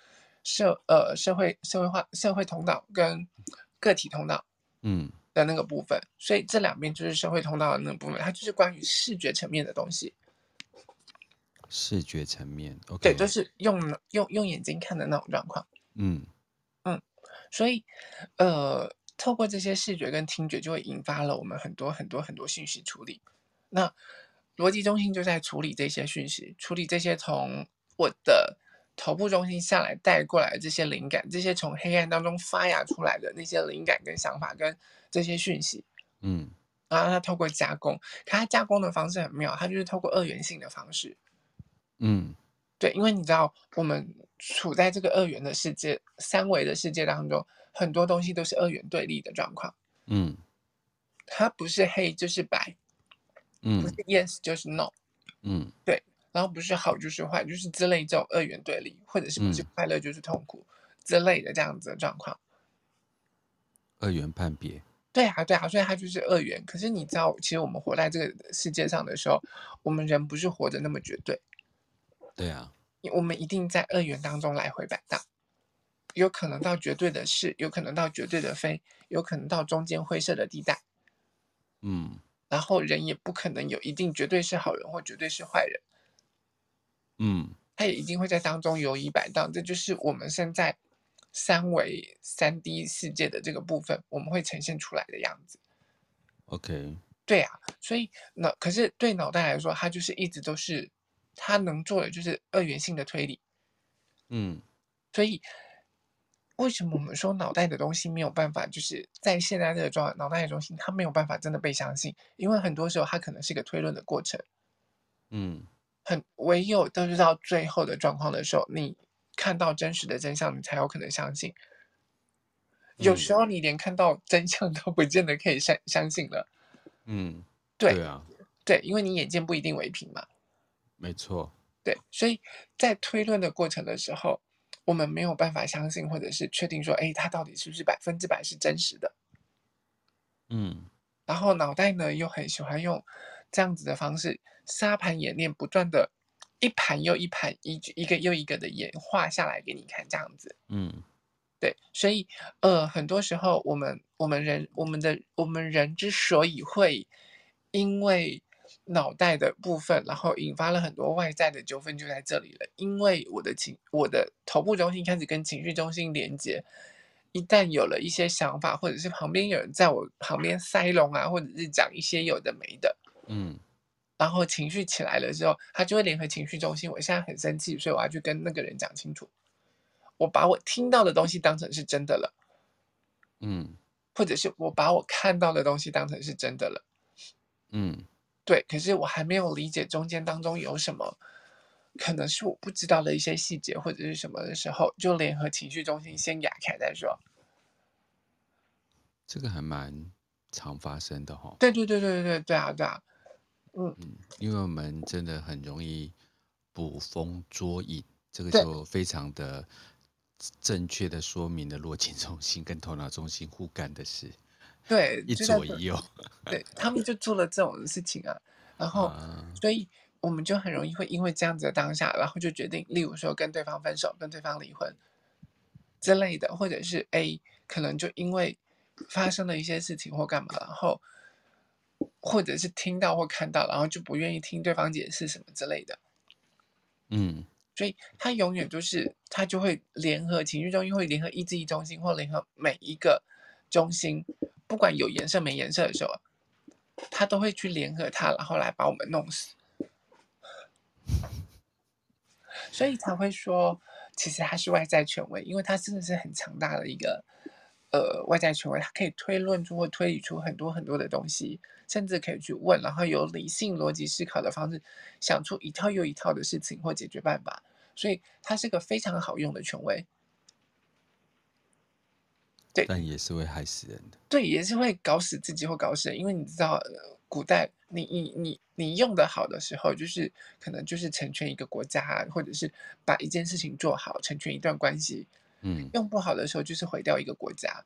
B: 社会通道跟个体通道
A: 嗯，
B: 的那个部分，所以这两边就是社会通道的那个部分，它就是关于视觉层面的东西。
A: 视觉层面
B: 对，就
A: ，OK，
B: 是用眼睛看的那种状况。
A: 嗯
B: 嗯，所以透过这些视觉跟听觉，就会引发了我们很多很多很多讯息处理。那逻辑中心就在处理这些讯息，处理这些从我的头部中心下来带过来的这些灵感，这些从黑暗当中发芽出来的那些灵感跟想法跟这些讯息，
A: 嗯
B: 然后它透过加工，可它加工的方式很妙，它就是透过二元性的方式。
A: 嗯
B: 对，因为你知道我们处在这个二元的世界、三维的世界当中，很多东西都是二元对立的状况，
A: 嗯
B: 它不是黑就是白，不是
A: 嗯
B: yes 就是 no。
A: 嗯
B: 对，然后不是好就是坏，就是之类这种二元对立，或者是不是
A: 嗯，
B: 快乐就是痛苦之类的这样子的状况。
A: 二元判别，
B: 对啊，对啊，所以它就是二元。可是你知道，其实我们活在这个世界上的时候，我们人不是活得那么绝对，
A: 对啊，
B: 我们一定在二元当中来回摆荡，有可能到绝对的是，有可能到绝对的非，有可能到中间灰色的地带。
A: 嗯
B: 然后人也不可能有一定绝对是好人或绝对是坏人，
A: 嗯
B: 他也一定会在当中游移摆荡。这就是我们现在3D 世界的这个部分，我们会呈现出来的样子。
A: ，OK，
B: 对啊，所以可是对脑袋来说，它就是一直都是它能做的就是二元性的推理。
A: 嗯
B: 所以为什么我们说脑袋的东西没有办法，就是在现在这个状态，脑袋的中心它没有办法真的被相信，因为很多时候它可能是一个推论的过程。
A: 嗯
B: 唯有都是到最后的状况的时候，你看到真实的真相，你才有可能相信。有
A: 嗯
B: 时候你连看到真相都不见得可以相信了。
A: 嗯，
B: 对
A: 对啊，
B: 对，因为你眼见不一定为凭嘛。
A: 没错，
B: 对，所以在推论的过程的时候，我们没有办法相信，或者是确定说，哎，它到底是不是100%是真实的。
A: 嗯
B: 然后脑袋呢又很喜欢用这样子的方式，沙盘演练，不断的一盘又一盘，一个又一个的演化下来给你看，这样子。
A: 嗯
B: 对，所以很多时候我们人之所以会因为脑袋的部分，然后引发了很多外在的纠纷，就在这里了。因为我的头部中心开始跟情绪中心连接，一旦有了一些想法，或者是旁边有人在我旁边塞隆啊，或者是讲一些有的没的，
A: 嗯
B: 然后情绪起来了之后，他就会联合情绪中心。我现在很生气，所以我要去跟那个人讲清楚。我把我听到的东西当成是真的了，
A: 嗯
B: 或者是我把我看到的东西当成是真的了。
A: 嗯
B: 对，可是我还没有理解中间当中有什么可能是我不知道的一些细节或者是什么的时候，就联合情绪中心先压开再说。
A: 这个还蛮常发生的哈。
B: 对对对对对对啊对啊，嗯，
A: 因为我们真的很容易捕风捉影，这个
B: 对
A: 就非常的正确的说明了逻辑中心跟头脑中心互干的事，
B: 对，
A: 一
B: 就在这，
A: 左一右。
B: 对他们就做了这种事情啊，然后
A: 啊，
B: 所以我们就很容易会因为这样子的当下，然后就决定，例如说跟对方分手、跟对方离婚之类的，或者是 A 可能就因为发生了一些事情或干嘛，然后或者是听到或看到，然后就不愿意听对方解释什么之类的。
A: 嗯，
B: 所以他永远都是，他就会联合情绪中心，会联合意志力中心，或联合每一个中心，不管有颜色没颜色的时候，他都会去联合它，然后来把我们弄死。所以才会说，其实他是外在权威，因为他真的是很强大的一个外在权威，他可以推论出或推理出很多很多的东西，甚至可以去问，然后有理性逻辑思考的方式，想出一套又一套的事情或解决办法。所以它是个非常好用的权威。对
A: 但也是会害死人的。
B: 对，也是会搞死自己或搞死人，因为你知道，古代你用的好的时候，就是可能就是成全一个国家啊，或者是把一件事情做好，成全一段关系。
A: 嗯，
B: 用不好的时候，就是毁掉一个国家。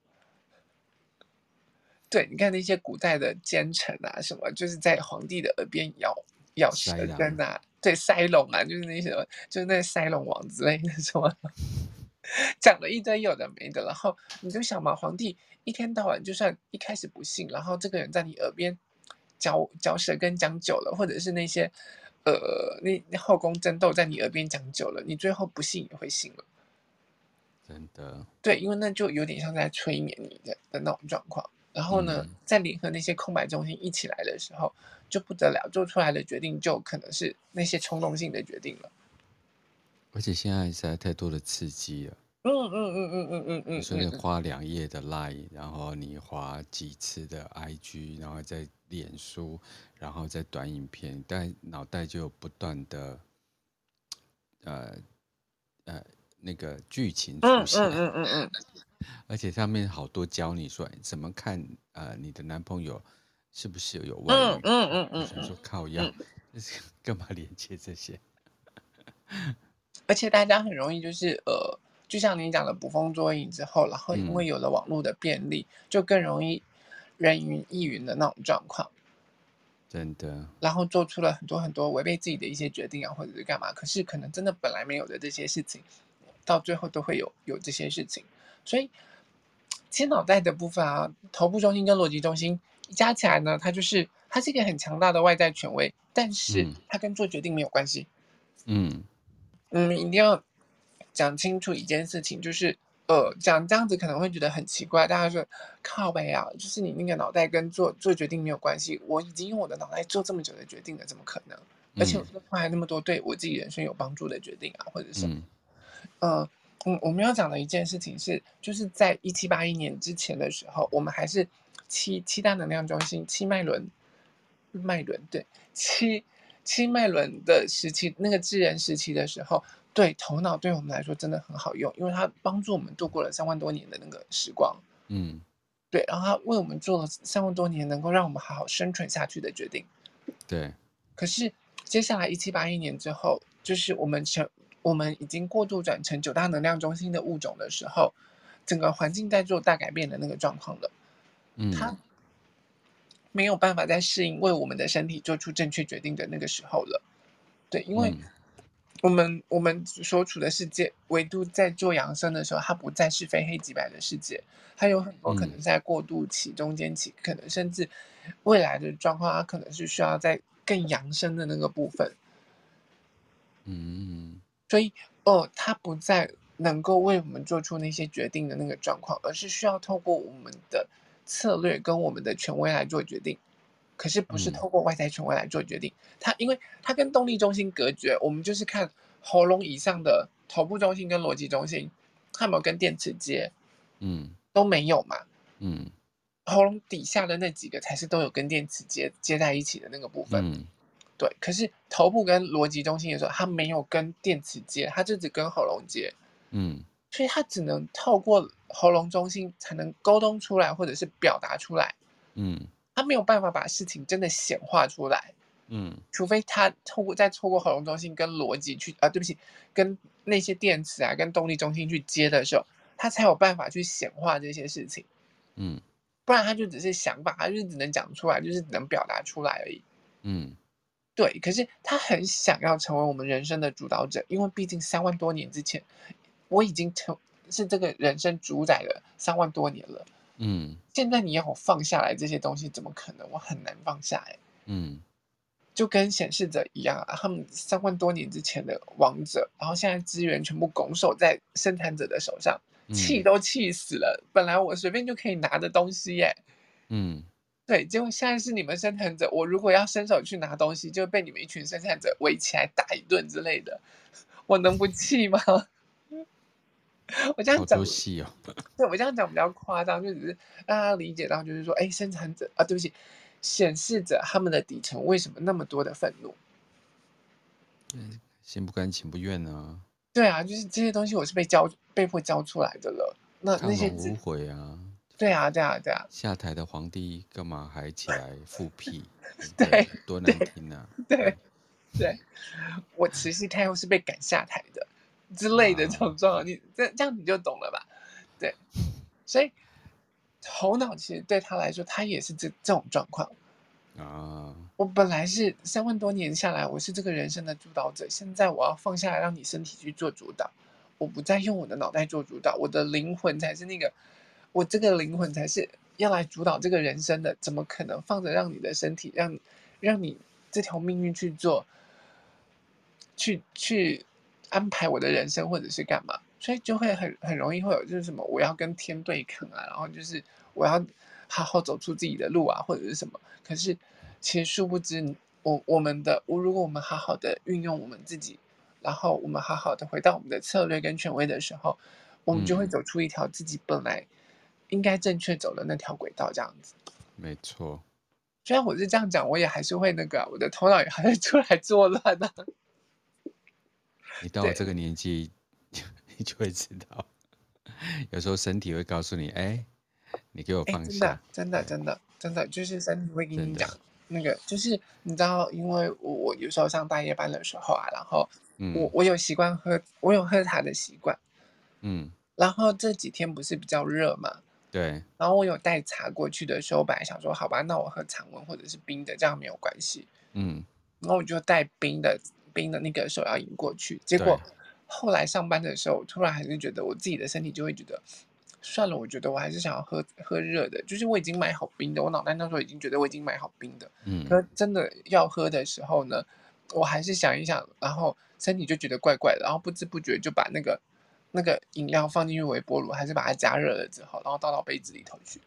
B: 对，你看那些古代的奸臣啊，什么就是在皇帝的耳边咬舌
A: 塞狼。
B: 根啊，对，塞隆啊，就是那些什么，就是那塞隆王之类的什么，讲了一堆有的没的，然后你就想嘛，皇帝一天到晚就算一开始不信，然后这个人在你耳边嚼舌根讲久了，或者是那些那后宫争斗在你耳边讲久了，你最后不信也会信了。
A: 真的。
B: 对，因为那就有点像在催眠你的那种状况。然后呢，
A: 嗯，
B: 在联合那些空白中心一起来的时候，就不得了，做出来的决定就可能是那些冲动性的决定了。
A: 而且现在实在太多的刺激了。
B: 嗯嗯嗯嗯嗯嗯
A: 你
B: 嗯嗯嗯，
A: 说你花2页的 Line，然后你花几次的 IG，然后再脸书，然后再短影片，但脑袋就有不断的呃那个剧情出现。
B: 嗯嗯嗯嗯嗯，
A: 而且上面好多教你说怎么看你的男朋友是不是有外遇。
B: 嗯嗯嗯
A: 我想
B: 嗯嗯
A: 说靠腰，
B: 嗯，
A: 干嘛连接这些？
B: 而且大家很容易就是就像你讲的捕风捉影之后，然后因为
A: 嗯，
B: 有了网络的便利，就更容易人云亦云的那种状况。
A: 真的。
B: 然后做出了很多很多违背自己的一些决定啊，或者是干嘛，可是可能真的本来没有的这些事情，到最后都会有这些事情。所以，其实脑袋的部分啊，头部中心跟逻辑中心加起来呢，它是一个很强大的外在权威，但是
A: 嗯
B: 它跟做决定没有关系。
A: 嗯
B: 嗯，一定要讲清楚一件事情，就是讲这样子可能会觉得很奇怪，大家说靠北啊，就是你那个脑袋跟做决定没有关系，我已经用我的脑袋做这么久的决定了，怎么可能？而且我
A: 嗯
B: 做出来那么多对我自己人生有帮助的决定啊，或者什么，
A: 嗯
B: 呃我们要讲的一件事情是，就是在1781年之前的时候，我们还是七大能量中心脉轮对七七脉轮的时期，那个智人时期的时候，对头脑对我们来说真的很好用，因为它帮助我们度过了3万多年的那个时光。
A: 嗯，
B: 对，然后它为我们做了3万多年能够让我们好好生存下去的决定。
A: 对。
B: 可是接下来1781年之后，就是我们已经过渡转成9大能量中心的物种的时候，整个环境在做大改变的那个状况了。
A: 嗯
B: 它没有办法再适应为我们的身体做出正确决定的那个时候了。对，因为
A: 嗯
B: 我们所处的世界，唯独在做养生的时候，它不再是非黑即白的世界，它有很多可
A: 嗯
B: 能在过渡期、中间期，可能甚至未来的状况，它可能是需要在更养生的那个部分。
A: 嗯
B: 所以，它不再能够为我们做出那些决定的那个状况，而是需要透过我们的策略跟我们的权威来做决定。可是不是
A: 嗯
B: 透过外在权威来做决定，因为它跟动力中心隔绝，我们就是看喉咙以上的头部中心跟逻辑中心，它有没有跟电池接，
A: 嗯
B: 都没有嘛。
A: 嗯
B: 喉咙底下的那几个才是都有跟电池接在一起的那个部分。
A: 嗯
B: 对，可是头部跟逻辑中心的时候，它没有跟电池接，它就只跟喉咙接，
A: 嗯
B: 所以它只能透过喉咙中心才能沟通出来，或者是表达出来，
A: 嗯
B: 它没有办法把事情真的显化出来。
A: 嗯
B: 除非他透过喉咙中心跟逻辑去对不起，跟那些电池啊，跟动力中心去接的时候，他才有办法去显化这些事情，
A: 嗯
B: 不然他就只是想法，他就是只能讲出来，就是只能表达出来而已。
A: 嗯
B: 对，可是他很想要成为我们人生的主导者，因为毕竟3万多年之前，我已经是这个人生主宰了3万多年了。
A: 嗯
B: 现在你要我放下来这些东西，怎么可能？我很难放下哎。
A: 嗯
B: 就跟显示者一样啊，他们3万多年之前的王者，然后现在资源全部拱手在生产者的手上，气
A: 嗯
B: 都气死了。本来我随便就可以拿的东西耶，
A: 嗯，
B: 对，结果现在是你们生产者，我如果要伸手去拿东西，就被你们一群生产者围起来打一顿之类的，我能不气吗？我这样讲，
A: 好多戏哦。
B: 对我这样讲比较夸张，就只是让大家理解到，就是说，哎，生产者啊，对不起，显示者他们的底层为什么那么多的愤怒？
A: 心不甘情不愿啊，
B: 对啊，就是这些东西我是被迫教出来的了。那些
A: 抗龙无悔啊，
B: 对啊，对啊，对啊，
A: 下台的皇帝干嘛还起来复辟，对不对？
B: 对
A: 多难
B: 对
A: 听啊！
B: 对对，我慈禧太后是被赶下台的之类的这
A: 啊
B: 种状况，你这样你就懂了吧？对，所以头脑其实对他来说，他也是这种状况。
A: 啊，
B: 我本来是3万多年下来，我是这个人生的主导者，现在我要放下来，让你身体去做主导，我不再用我的脑袋做主导，我的灵魂才是那个，我这个灵魂才是要来主导这个人生的，怎么可能放着让你的身体，让你这条命运去做，去安排我的人生或者是干嘛？所以就会很容易会有就是什么我要跟天对抗啊，然后就是我要好好走出自己的路啊，或者是什么。可是其实殊不知，如果我们好好的运用我们自己，然后我们好好的回到我们的策略跟权威的时候，我们就会
A: 嗯，
B: 走出一条自己本来应该正确走的那条轨道，这样子。
A: 没错。
B: 虽然我是这样讲，我也还是会那个我的头脑也还会出来作乱的、
A: 你到了
B: 对，
A: 这个年纪，你就会知道，有时候身体会告诉你，哎，你给我
B: 哎，
A: 放下，
B: 真的，真的，
A: 对，
B: 真的，真的，就是身体会跟你讲，
A: 真的，
B: 那个就是你知道，因为我有时候上大夜班的时候啊，然后我
A: 嗯
B: 我有习惯喝，我有喝茶的习惯，
A: 嗯，
B: 然后这几天不是比较热嘛，
A: 对，
B: 然后我有带茶过去的时候，本来想说，好吧，那我喝常温或者是冰的，这样没有关系，
A: 嗯
B: 然后我就带冰的那个手摇饮过去，结果
A: 对，
B: 后来上班的时候，突然还是觉得我自己的身体就会觉得，算了，我觉得我还是想要喝热的，就是我已经买好冰的，我脑袋那时候已经觉得我已经买好冰的，可
A: 嗯
B: 是真的要喝的时候呢，我还是想一想，然后身体就觉得怪怪的，然后不知不觉就把那个饮料放进去微波炉，还是把它加热了之后，然后倒到杯子里头去。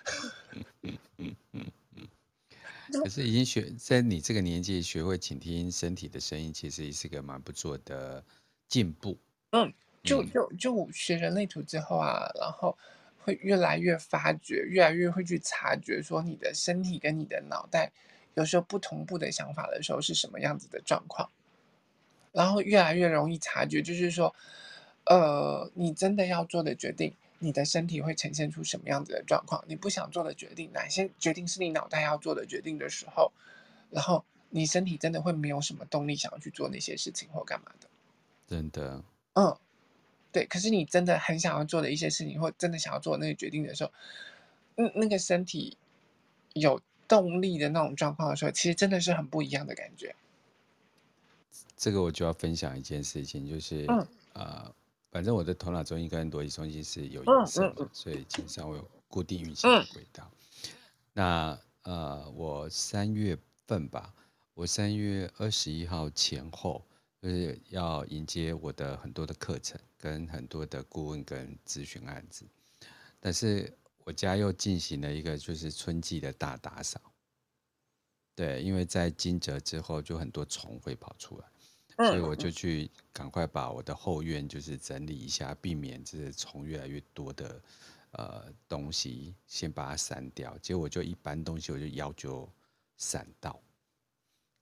A: 可是已经在你这个年纪学会倾听身体的声音，其实也是个蛮不错的进步。
B: 嗯，就
A: 嗯
B: 就就学人类图之后啊，然后会越来越发觉，越来越会去察觉，说你的身体跟你的脑袋有时候不同步的想法的时候是什么样子的状况，然后越来越容易察觉，就是说，你真的要做的决定，你的身体会呈现出什么样子的状况？你不想做的决定，哪些决定是你脑袋要做的决定的时候，然后你身体真的会没有什么动力想要去做那些事情或干嘛的，
A: 真的，
B: 嗯。对，可是你真的很想要做的一些事情，或真的想要做那个决定的时候，那个身体有动力的那种状况的时候，其实真的是很不一样的感觉。
A: 这个我就要分享一件事情，就是
B: 嗯
A: 呃，反正我的头脑中心跟逻辑中心是有延伸嘛，
B: 嗯嗯嗯
A: 所以基本上我有固定运行的
B: 嗯
A: 轨道。那我3月份吧，我3月21号前后，就是要迎接我的很多的课程，跟很多的顾问跟咨询案子。但是我家又进行了一个就是春季的大打扫，对，因为在惊蛰之后就很多虫会跑出来，所以我就
B: 嗯
A: 去赶快把我的后院就是整理一下，避免这虫越来越多的东西，先把它删掉。结果我就一搬东西我就腰就闪到，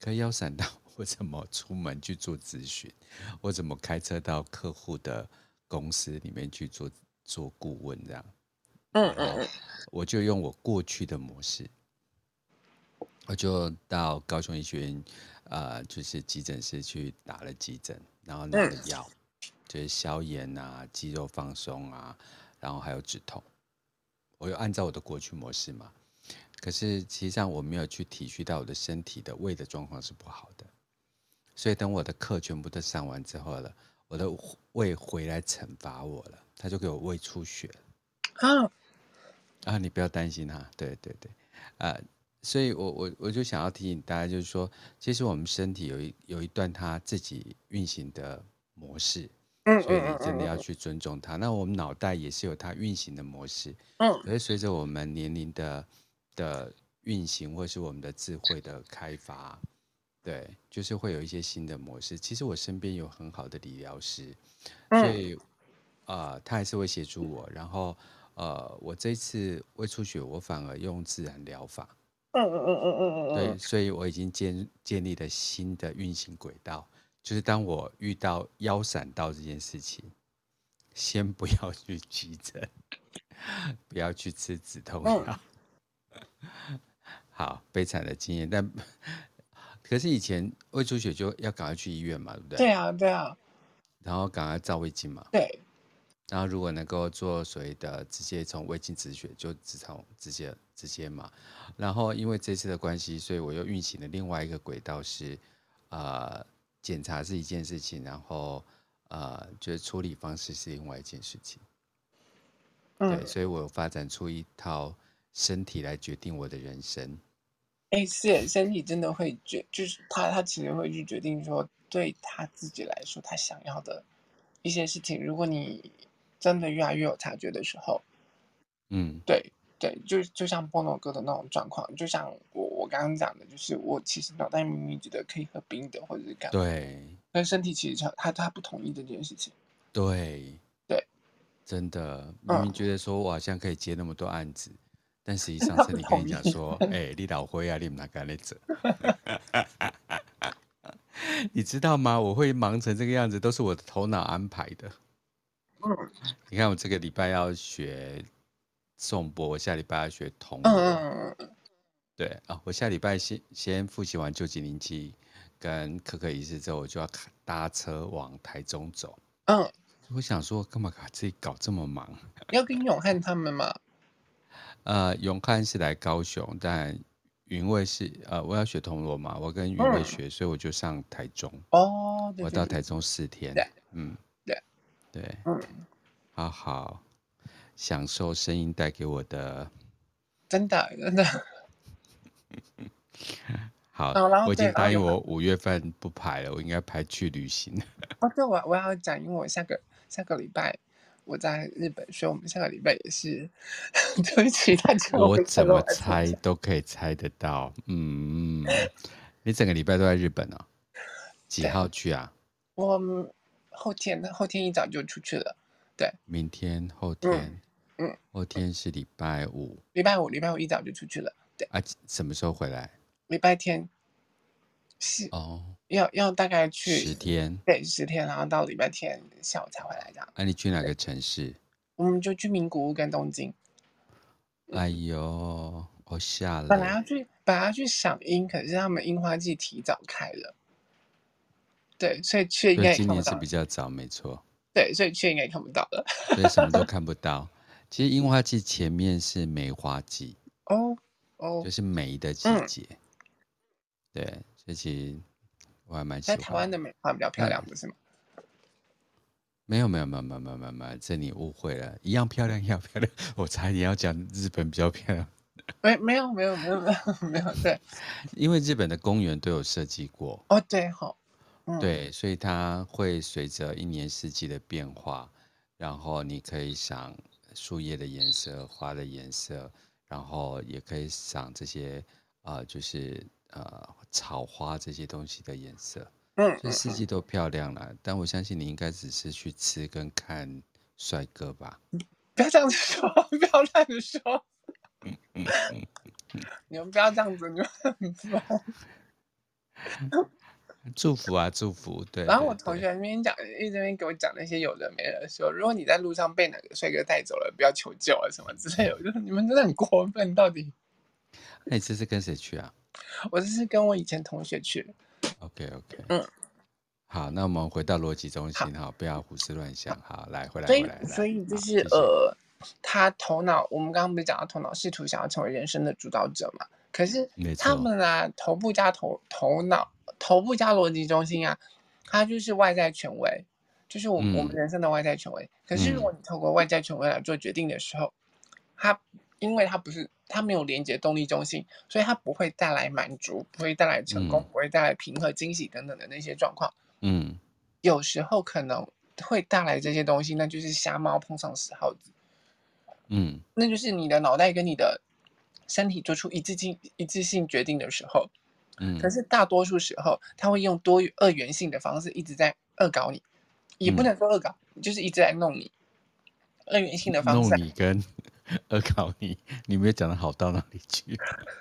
A: 可腰闪到我怎么出门去做咨询，我怎么开车到客户的公司里面去做顾问这样，然后我就用我过去的模式，我就到高雄医学院，就是急诊室去打了急诊，然后拿了药，就是消炎啊、肌肉放松啊，然后还有止痛。我有按照我的过去模式嘛，可是实际上我没有去体恤到我的身体的胃的状况是不好的，所以等我的课全部都上完之后了，我的胃回来惩罚我了，他就给我胃出血了。你不要担心哈，对对对，所以我就想要提醒大家，就是说，其实我们身体有一段它自己运行的模式，所以你真的要去尊重它。那我们脑袋也是有它运行的模式，可是随着我们年龄的运行，或是我们的智慧的开发，对，就是会有一些新的模式。其实我身边有很好的理疗师，所以他还是会协助我。然后我这一次胃出血，我反而用自然疗法。对，所以我已经建立了新的运行轨道，就是当我遇到腰闪到这件事情，先不要去急诊，不要去吃止痛药。好，悲惨的经验，但可是以前胃出血就要赶快去医院嘛，对不对？
B: 对啊，对啊，
A: 然后赶快照胃镜嘛。
B: 对，
A: 然后如果能够做所谓的直接从胃镜止血，就直接嘛。然后因为这次的关系，所以我又运行了另外一个轨道是，检查是一件事情，然后就是处理方式是另外一件事情。对，所以我有发展出一套身体来决定我的人生。
B: 是身体真的会就是他其实会去决定说，对他自己来说，他想要的一些事情。如果你真的越来越有察觉的时候，对对，就像波诺哥的那种状况，就像我刚刚讲的，就是我其实脑袋明明觉得可以喝冰的或者是干嘛，
A: 对
B: 但身体其实他不同意这件事情。
A: 对，
B: 对，
A: 真的，明明觉得说我好像可以接那么多案子，但实际上
B: 他不
A: 身体跟你
B: 同意。
A: 讲说，你老灰啊，你哪敢来走？你知道吗？我会忙成这个样子，都是我的头脑安排的。你看，我这个礼拜要学颂钵，我下礼拜要学铜锣。对啊，我下礼拜先复习完9.07跟可可仪式之后，我就要搭车往台中走。我想说，干嘛把自己搞这么忙？
B: 要跟永汉他们嘛？
A: 永汉是来高雄，但云卫是我要学铜锣嘛，我跟云卫学，所以我就上台中。
B: 对对对
A: 我到台中4天。
B: 对对，
A: 对，好好享受声音带给我的。
B: 真的真的。
A: 好，
B: 然后对，
A: 我已经答应
B: 然后
A: 我5月份不排了，我应该排去旅行。
B: 对，我要讲，因为我下个礼拜我在日本，所以我们下个礼拜也是。对不起，他叫我
A: 我怎么
B: 跟我来分享。
A: 猜都可以猜得到。你整个礼拜都在日本哦？几号去啊？
B: 我后天一早就出去了。对，
A: 明天、后
B: 嗯
A: 天，后天是礼拜五。
B: 礼拜五一早就出去了。对，
A: 什么时候回来？
B: 礼拜天是要大概去
A: 10天。
B: 对10天，然后到礼拜天下午才回来这样。
A: 你去哪个城市？
B: 我们就去名古屋跟东京。
A: 哎呦，我下
B: 本来
A: 嘞。
B: 要去赏樱，可是他们樱花季提早开了。对，所以去应
A: 对，
B: 该也
A: 今年是
B: 看不到了。
A: 比较早，没错。
B: 对，所以去应该也看不到了。
A: 所以什么都看不到。其实樱花季前面是梅花季，就是梅的季节。对，所以其实我还蛮喜欢。
B: 在台湾的梅花比较漂亮，不是吗？
A: 没有，这你误会了，一样漂亮，一样漂亮。我差一点要讲日本比较漂亮。
B: 没有，对。
A: 因为日本的公园都有设计过。
B: 对吼。
A: 对，所以它会随着一年四季的变化，然后你可以赏树叶的颜色、花的颜色，然后也可以赏这些就是草花这些东西的颜色。所以四季都漂亮了。但我相信你应该只是去吃跟看帅哥吧？
B: 不要这样子说，不要乱说。你们不要这样子，你们很烦。
A: 祝福啊，祝福，对
B: 然后我同
A: 对对，
B: 学那边讲，一直在那边给我讲那些有的没的，说如果你在路上被哪个帅哥带走了，不要求救啊什么之类的。我就说你们真的很过分，到底。
A: 那你这是跟谁去啊
B: 我这是跟我以前同学去的。
A: ？OK OK，
B: 嗯，
A: 好，那我们回到逻辑中
B: 好，
A: 心哈，不要胡思乱想。好，来，回来
B: 所以
A: 回来来，
B: 所以就
A: 好，
B: 是
A: 继续。
B: 他头脑，我们刚刚不是讲到头脑试图想要成为人生的主导者嘛？可是他
A: 没错，
B: 们啊，头部加头部加逻辑中心啊，它就是外在权威，就是我们
A: 嗯
B: 人生的外在权威。可是如果
A: 嗯
B: 你透过外在权威来做决定的时候，它因为它没有连接动力中心，所以它不会带来满足，不会带来成功，
A: 嗯
B: 不会带来平和、惊喜等等的那些状况。
A: 嗯
B: 有时候可能会带来这些东西，那就是瞎猫碰上死耗子。
A: 嗯
B: 那就是你的脑袋跟你的身体做出一致性决定的时候，可
A: 嗯
B: 是大多数时候，它会用二元性的方式一直在恶搞你，也不
A: 嗯，
B: 能说恶搞，就是一直在弄你。二元性的方式
A: 弄你跟恶搞你，你没有讲的好到哪里去？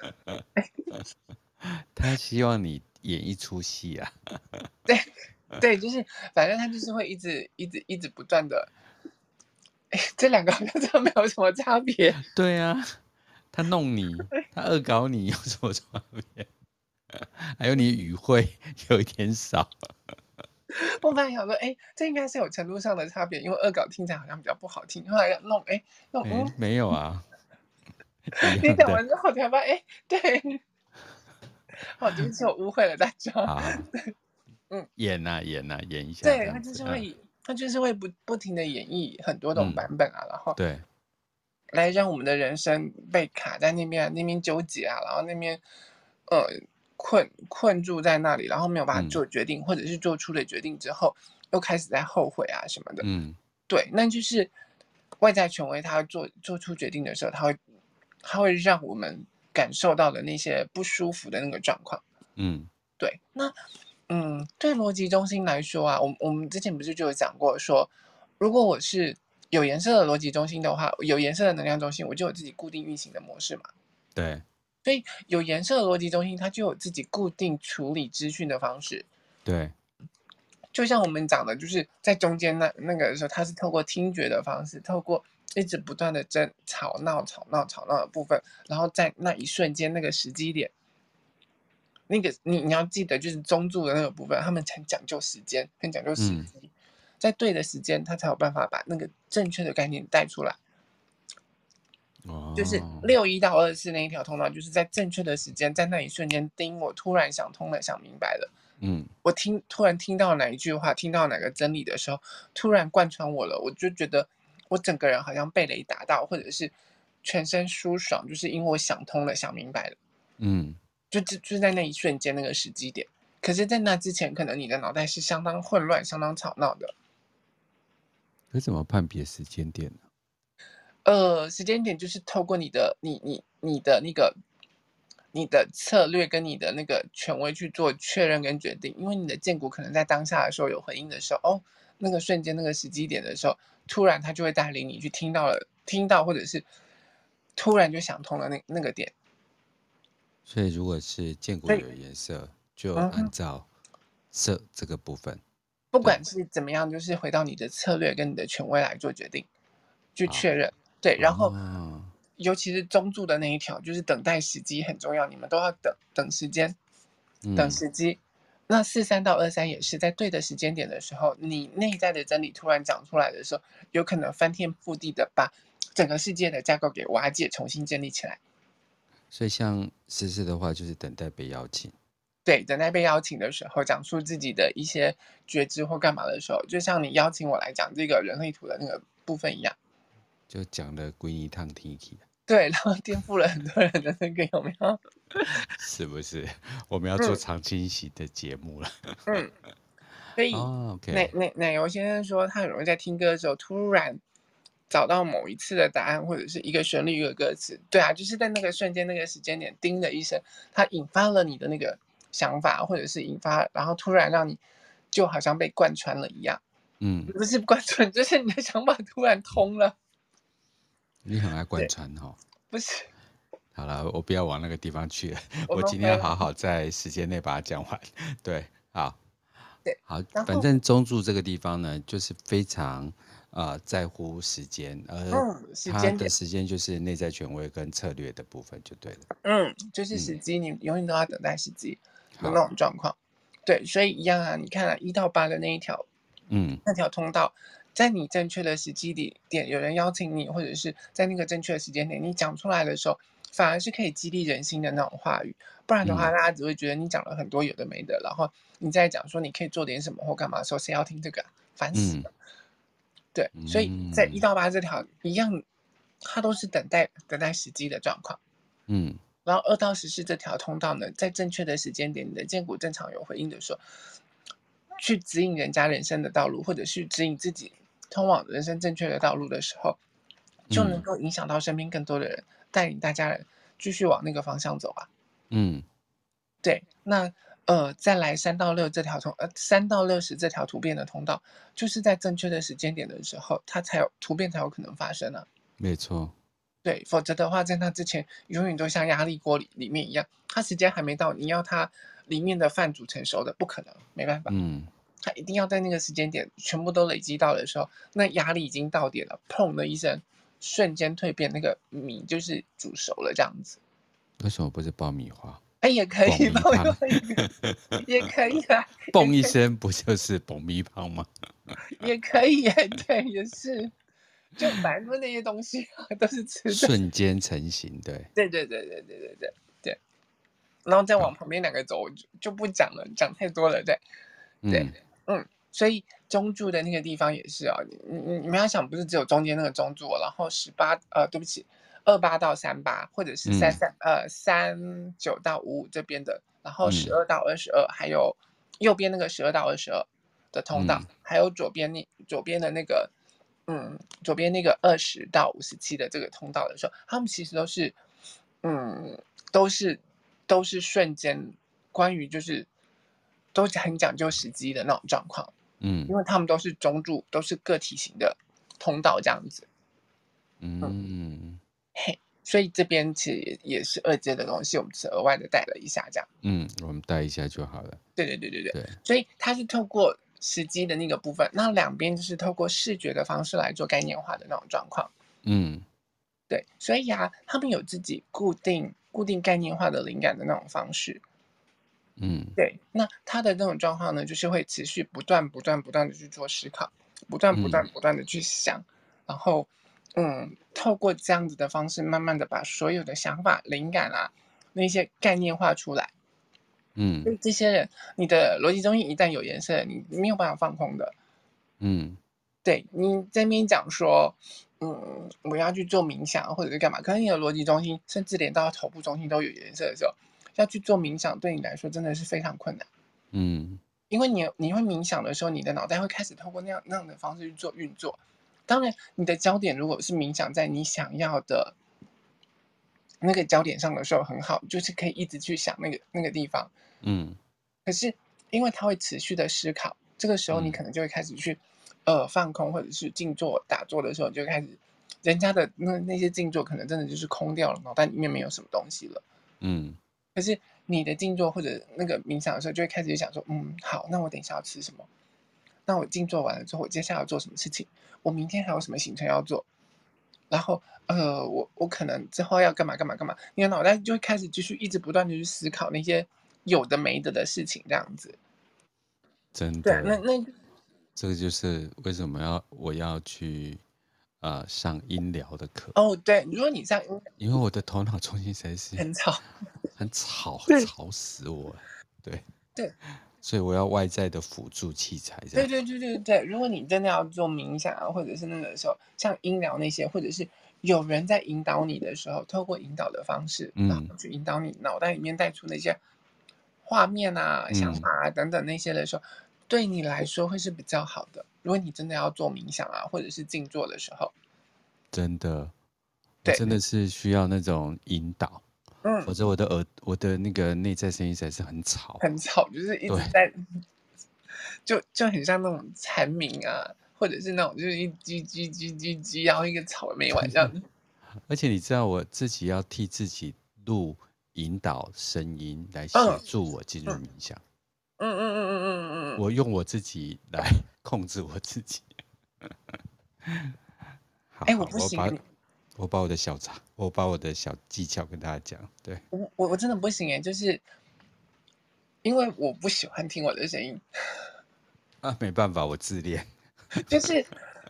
A: 他希望你演一出戏啊。
B: 对对，就是反正他就是会一直不断的，这两个好像真的没有什么差别。
A: 对啊，他弄你，他恶搞你有什么差别？还有你语汇有一点少。
B: 我本来想说，这应该是有程度上的差别，因为恶搞听起来好像比较不好听。后来要弄，弄，
A: 没有啊，一
B: 你
A: 样的。
B: 讲完之后才发现，对，哦，对不起，我误会了大家。
A: 好好，
B: 嗯，
A: 演呐、演呐、演一下这
B: 对，他
A: 样子啊。
B: 就是会，他就是会不停的演绎很多种
A: 嗯，
B: 版本啊，然后
A: 对，
B: 来让我们的人生被卡在那边，那边纠结啊，然后那边呃困住在那里，然后没有办法
A: 嗯
B: 做决定，或者是做出了决定之后又开始在后悔啊什么的。
A: 嗯
B: 对，那就是外在权威他做出决定的时候，他会让我们感受到的那些不舒服的那个状况。
A: 嗯
B: 对，那对逻辑中心来说啊，我们之前不是就有讲过说，如果我是有颜色的逻辑中心的话，有颜色的能量中心，我就有自己固定运行的模式嘛。
A: 对
B: 所以有颜色的逻辑中心，它就有自己固定处理资讯的方式。
A: 对，
B: 就像我们讲的，就是在中间那个的时候，它是透过听觉的方式，透过一直不断的吵闹的部分，然后在那一瞬间那个时机点，那个你要记得，就是中柱的那个部分，他们很讲究时间，很讲究时
A: 嗯
B: 机，在对的时间，他才有办法把那个正确的概念带出来。就是
A: 哦，
B: 61到24那一条通道，就是在正确的时间，在那一瞬间，叮，我突然想通了，想明白了。
A: 嗯
B: 我突然听到哪一句话，听到哪个真理的时候，突然贯穿我了，我就觉得我整个人好像被雷打到，或者是全身舒爽，就是因为我想通了，想明白了，
A: 嗯，
B: 就在那一瞬间那个时机点。可是，在那之前，可能你的脑袋是相当混乱、相当吵闹的。
A: 可怎么判别时间点呢？
B: 时间点就是透过你的那个你的策略跟你的那个权威去做确认跟决定，因为你的剑骨可能在当下的时候有回应的时候，那个瞬间那个时机点的时候，突然他就会带领你去听到或者是突然就想通了那个点。
A: 所以如果是见骨
B: 所以，
A: 有颜色，就
B: 嗯哼，
A: 按照色这个部分。对，
B: 不管是怎么样，就是回到你的策略跟你的权威来做决定。去确
A: 好
B: 认。对，然后
A: 哦，
B: 尤其是中柱的那一条，就是等待时机很重要，你们都要等时间，等
A: 嗯
B: 时机。那43到23也是在对的时间点的时候，你内在的真理突然讲出来的时候，有可能翻天覆地的把整个世界的架构给瓦解，重新建立起来。
A: 所以像诗诗的话，就是等待被邀请。
B: 对，等待被邀请的时候，讲出自己的一些觉知或干嘛的时候，就像你邀请我来讲这个人类图的那个部分一样。
A: 就讲了归一趟 Tiki，
B: 对，然后颠覆了很多人的那个有没有？
A: 是不是？我们要做
B: 嗯
A: 长清洗的节目了。
B: 嗯，所以
A: 哦
B: 奶
A: ，OK，
B: 奶奶油先生说，他很容易在听歌的时候突然找到某一次的答案，或者是一个旋律、一个歌词。对啊，就是在那个瞬间、那个时间点，叮的一声，它引发了你的那个想法，或者是引发，然后突然让你就好像被贯穿了一样。
A: 嗯，
B: 不是贯穿，就是你的想法突然通了。
A: 你很爱贯
B: 对，
A: 穿哦。
B: 不是
A: 好了，我不要往那个地方去了。
B: 我
A: 我
B: 们回来，
A: 今天要好好在时间内把它讲完。对，好，
B: 对，
A: 好，反
B: 然后
A: 正中柱这个地方呢，就是非常在乎时间，而
B: 时
A: 它
B: 间点，
A: 的时间就是内在权威跟策略的部分就对了。
B: 就是
A: 嗯，
B: 时机，你永远都要等待时机的
A: 好，
B: 那种状况。对，所以一样啊，你看啊，1到8的那一条
A: 嗯
B: 那条通道，在你正确的时机点，有人邀请你，或者是在那个正确的时间点，你讲出来的时候，反而是可以激励人心的那种话语。不然的话，
A: 嗯
B: 大家只会觉得你讲了很多有的没的，然后你再讲说你可以做点什么或干嘛的时候，谁要听这个啊？烦死
A: 嗯
B: 了。对，所以在一
A: 嗯
B: 到八这条一样，它都是等待时机的状况。
A: 嗯
B: 然后2到14这条通道呢，在正确的时间点，你的剑骨正常有回应的时候，去指引人家人生的道路，或者是指引自己通往人生正确的道路的时候，就能
A: 嗯
B: 够影响到身边更多的人，带领大家人继续往那个方向走啊。
A: 嗯
B: 对，那再来3到6这条3到60这条突变的通道，就是在正确的时间点的时候，它才有突变才有可能发生啊。
A: 没错。
B: 对，否则的话，在那之前永远都像压力锅里面一样，它时间还没到，你要它里面的饭煮成熟的，不可能，没办法。
A: 嗯，
B: 它一定要在那个时间点全部都累积到的时候，那压力已经到点了，砰的一声，瞬间蜕变，那个米就是煮熟了这样子。
A: 为什么不是爆米花？
B: 哎，也可
A: 爆
B: 以
A: 米汤，
B: 爆一个，也可以啊，也
A: 嘣一
B: 可以，
A: 声不就是爆米汤吗？
B: 也可以耶，对，也是，就反正那些东西啊都是吃的。
A: 瞬间成型，对，
B: 对对对对对对对对。然后再往
A: 好，
B: 旁边两个走，我就不讲了，讲太多了，对对，
A: 嗯
B: 所以中柱的那个地方也是啊，你们要想，不是只有中间那个中柱哦，然后对不起，28到38，或者是
A: 嗯
B: 39到55这边的，然后十
A: 嗯
B: 二到二十二，还有右边那个12到22的通道，
A: 嗯
B: 还有左边的那个左边那个20到57的这个通道的时候，他们其实嗯，都是都是瞬间，关于就是都很讲究时机的那种状况，
A: 嗯
B: 因为他们都是中柱，都是个体型的通道这样子。嗯，
A: 嗯
B: 嘿，所以这边其实也是2阶的东西，我们只是额外的带了一下这样。
A: 嗯，我们带一下就好了。
B: 对对对对对，
A: 对，
B: 所以它是透过时机的那个部分，那两边就是透过视觉的方式来做概念化的那种状况。
A: 嗯
B: 对，所以啊，他们有自己固定概念化的灵感的那种方式。
A: 嗯
B: 对，那他的那种状况呢，就是会持续不断的去做思考，
A: 嗯
B: 不断的去想，然后，透过这样子的方式，慢慢的把所有的想法、灵感啊，那些概念化出来。所
A: 嗯
B: 以这些人，你的逻辑中心一旦有颜色，你没有办法放空的。
A: 嗯
B: 对，你在那边讲说，我要去做冥想或者是干嘛，可能你的逻辑中心，甚至连到头部中心都有颜色的时候，要去做冥想，对你来说真的是非常困难。
A: 嗯
B: 因为你会冥想的时候，你的脑袋会开始透过那样的方式去做运作。当然，你的焦点如果是冥想在你想要的那个焦点上的时候，很好，就是可以一直去想那个地方。
A: 嗯
B: 可是因为它会持续的思考，这个时候你
A: 嗯
B: 可能就会开始去放空，或者是静坐打坐的时候，你就开始人家的那些静坐可能真的就是空掉了，脑袋里面没有什么东西了。
A: 嗯
B: 可是你的静坐或者那个冥想的时候，就会开始想说，好，那我等一下要吃什么？那我静坐完了之后，我接下来要做什么事情？我明天还有什么行程要做？然后，我可能之后要干嘛干嘛干嘛？你的脑袋就会开始继续一直不断的去思考那些有的没的的事情，这样子。对啊，
A: 真的，这个就是为什么我要去上音疗的课，
B: 对，如果你这样
A: 因为我的头脑中心实在是
B: 很吵，
A: 很吵，
B: 对
A: 吵死我了。对，
B: 对
A: 所以我要外在的辅助器材，这样。
B: 对对对对对，如果你真的要做冥想啊，或者是那个时候，像音疗那些，或者是有人在引导你的时候，透过引导的方式，然
A: 嗯
B: 后去引导你脑袋里面带出那些画面啊、想
A: 嗯
B: 法啊等等那些的时候，对你来说会是比较好的。如果你真的要做冥想啊，或者是静坐的时候，
A: 真的，我
B: 对，
A: 真的是需要那种引导，否
B: 嗯，
A: 则我的那个内在声音实在是很吵。
B: 很吵，就是一
A: 对，
B: 直在，就很像那种蝉鸣啊，或者是那种就是一叽叽叽叽叽，然后一个吵没完这样子。
A: 而且你知道我自己要替自己录引导声音来协
B: 嗯
A: 助我进入
B: 嗯
A: 冥想。
B: 嗯，
A: 我用我自己来控制我自己。好
B: 哎，我
A: 好，
B: 不行，
A: 我把我的小技巧跟大家讲。对
B: 我真的不行哎，就是因为我不喜欢听我的声音，
A: 啊，没办法，我自恋。
B: 就是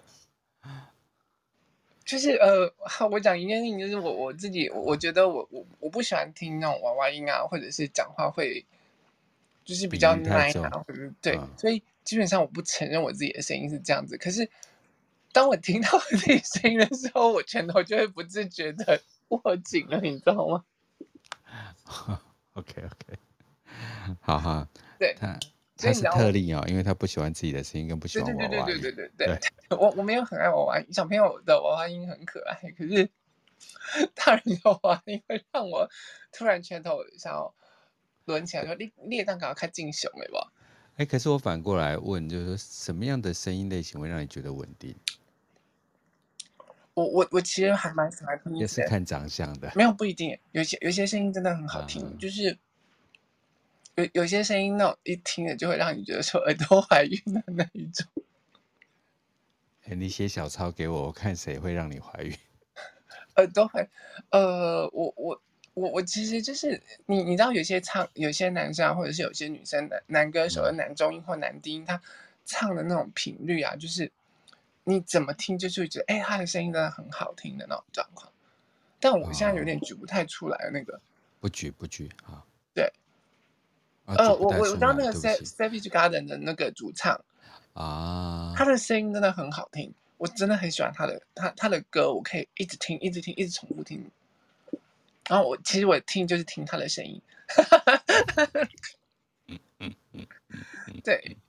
B: 好，我讲一件事情，就是我自己，我觉得我不喜欢听那种娃娃音啊，或者是讲话会就是比较
A: 鼻音太
B: nice
A: 重。
B: 啊，或者是对，
A: 嗯，
B: 所以基本上我不承认我自己的声音是这样子。可是当我听到我自己声音的时候，我拳头就会不自觉的握紧了，你知道吗？
A: OK，好哈，
B: 对，
A: 他他是
B: 所以你知道我，
A: 特例哦，因为他不喜欢自己的声音，跟不喜
B: 对对对对
A: 欢娃娃音。
B: 对对对对，
A: 对，
B: 我没有很爱娃娃音，小朋友的娃娃音很可爱，可是大人的娃娃音会让我突然拳头想要抡起来说：“你也当搞看进熊了吧？”
A: 哎，可是我反过来问，就是说什么样的声音类型会让你觉得稳定？
B: 我其实还蛮喜欢听一些，
A: 也是看长相的
B: 没有不一定，有些声音真的很好
A: 啊。
B: 听，就是有些声音那种一听了就会让你觉得说耳朵怀孕的那一种。
A: 哎，你写小抄给我，我看谁会让你怀孕。
B: 都会，我其实就是你知道有些男生啊，或者是有些女生男歌手的
A: 嗯，
B: 男中音或男低音，他唱的那种频率啊，就是你怎么听就是会觉得，哎、他的声音真的很好听的那种状况。但我现在有
A: 哦，
B: 点举不太出来那个，
A: 不举啊
B: 对，
A: 啊，举不太
B: 我知
A: 出来，
B: 道那个
A: 对不起
B: Savage Garden 的那个主唱，他
A: 啊。
B: 的声音真的很好听，我真的很喜欢他的歌，我可以一直听，一直听，一直重复听。然后其实我听就是听他的声音，对，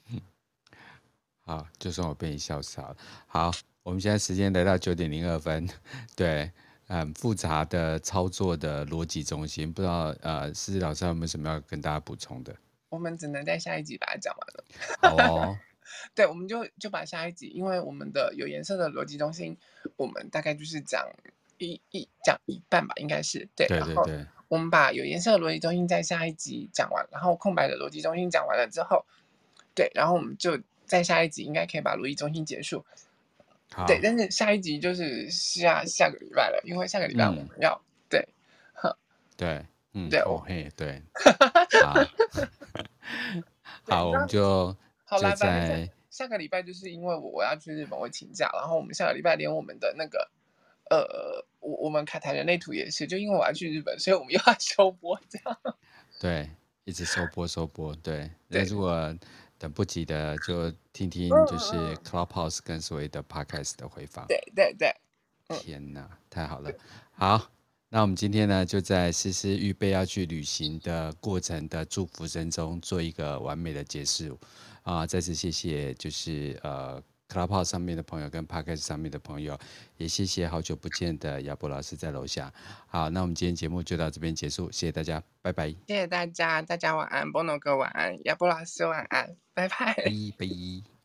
A: 好，就算我被你笑死好了。好，我们现在时间来到9:02，对，复杂的操作的逻辑中心，不知道思思老师有没有什么要跟大家补充的？
B: 我们只能在下一集把它讲完了。
A: 好哦，
B: 对，我们就把下一集，因为我们的有颜色的逻辑中心，我们大概就是讲讲一半吧，应该是对。然后
A: 对，
B: 我们把有颜色的逻辑中心在下一集讲完，然后空白的逻辑中心讲完了之后，对，然后我们就在下一集应该可以把逻辑中心结束。对，
A: 好，
B: 但是下一集就是下个礼拜了，因为下个礼拜我们要对，
A: 对，
B: 对，
A: 哦嘿，对，好，
B: 对，
A: 好，我们就
B: 好啦，反正
A: 在
B: 下个礼拜就是因为我要去日本，我请假，然后我们下个礼拜连我们的那个我们卡台人类图也是，就因为我要去日本，所以我们又要休播，这样。
A: 对一直收播，对，那
B: 对，
A: 如果等不及的就听听就是
B: 嗯，
A: Clubhouse 跟所谓的 Podcast 的回放。
B: 对，
A: 天哪，太好了！好，那我们今天呢，就在思思预备要去旅行的过程的祝福声中，做一个完美的结束啊！再次谢谢，就是Clubhouse 上面的朋友跟 Podcast 上面的朋友，也谢谢好久不见的亚博老师在楼下。好，那我们今天节目就到这边结束，谢谢大家，拜拜，
B: 谢谢大家，大家晚安，波诺哥晚安，亚波老师晚安，拜拜。
A: 拜拜。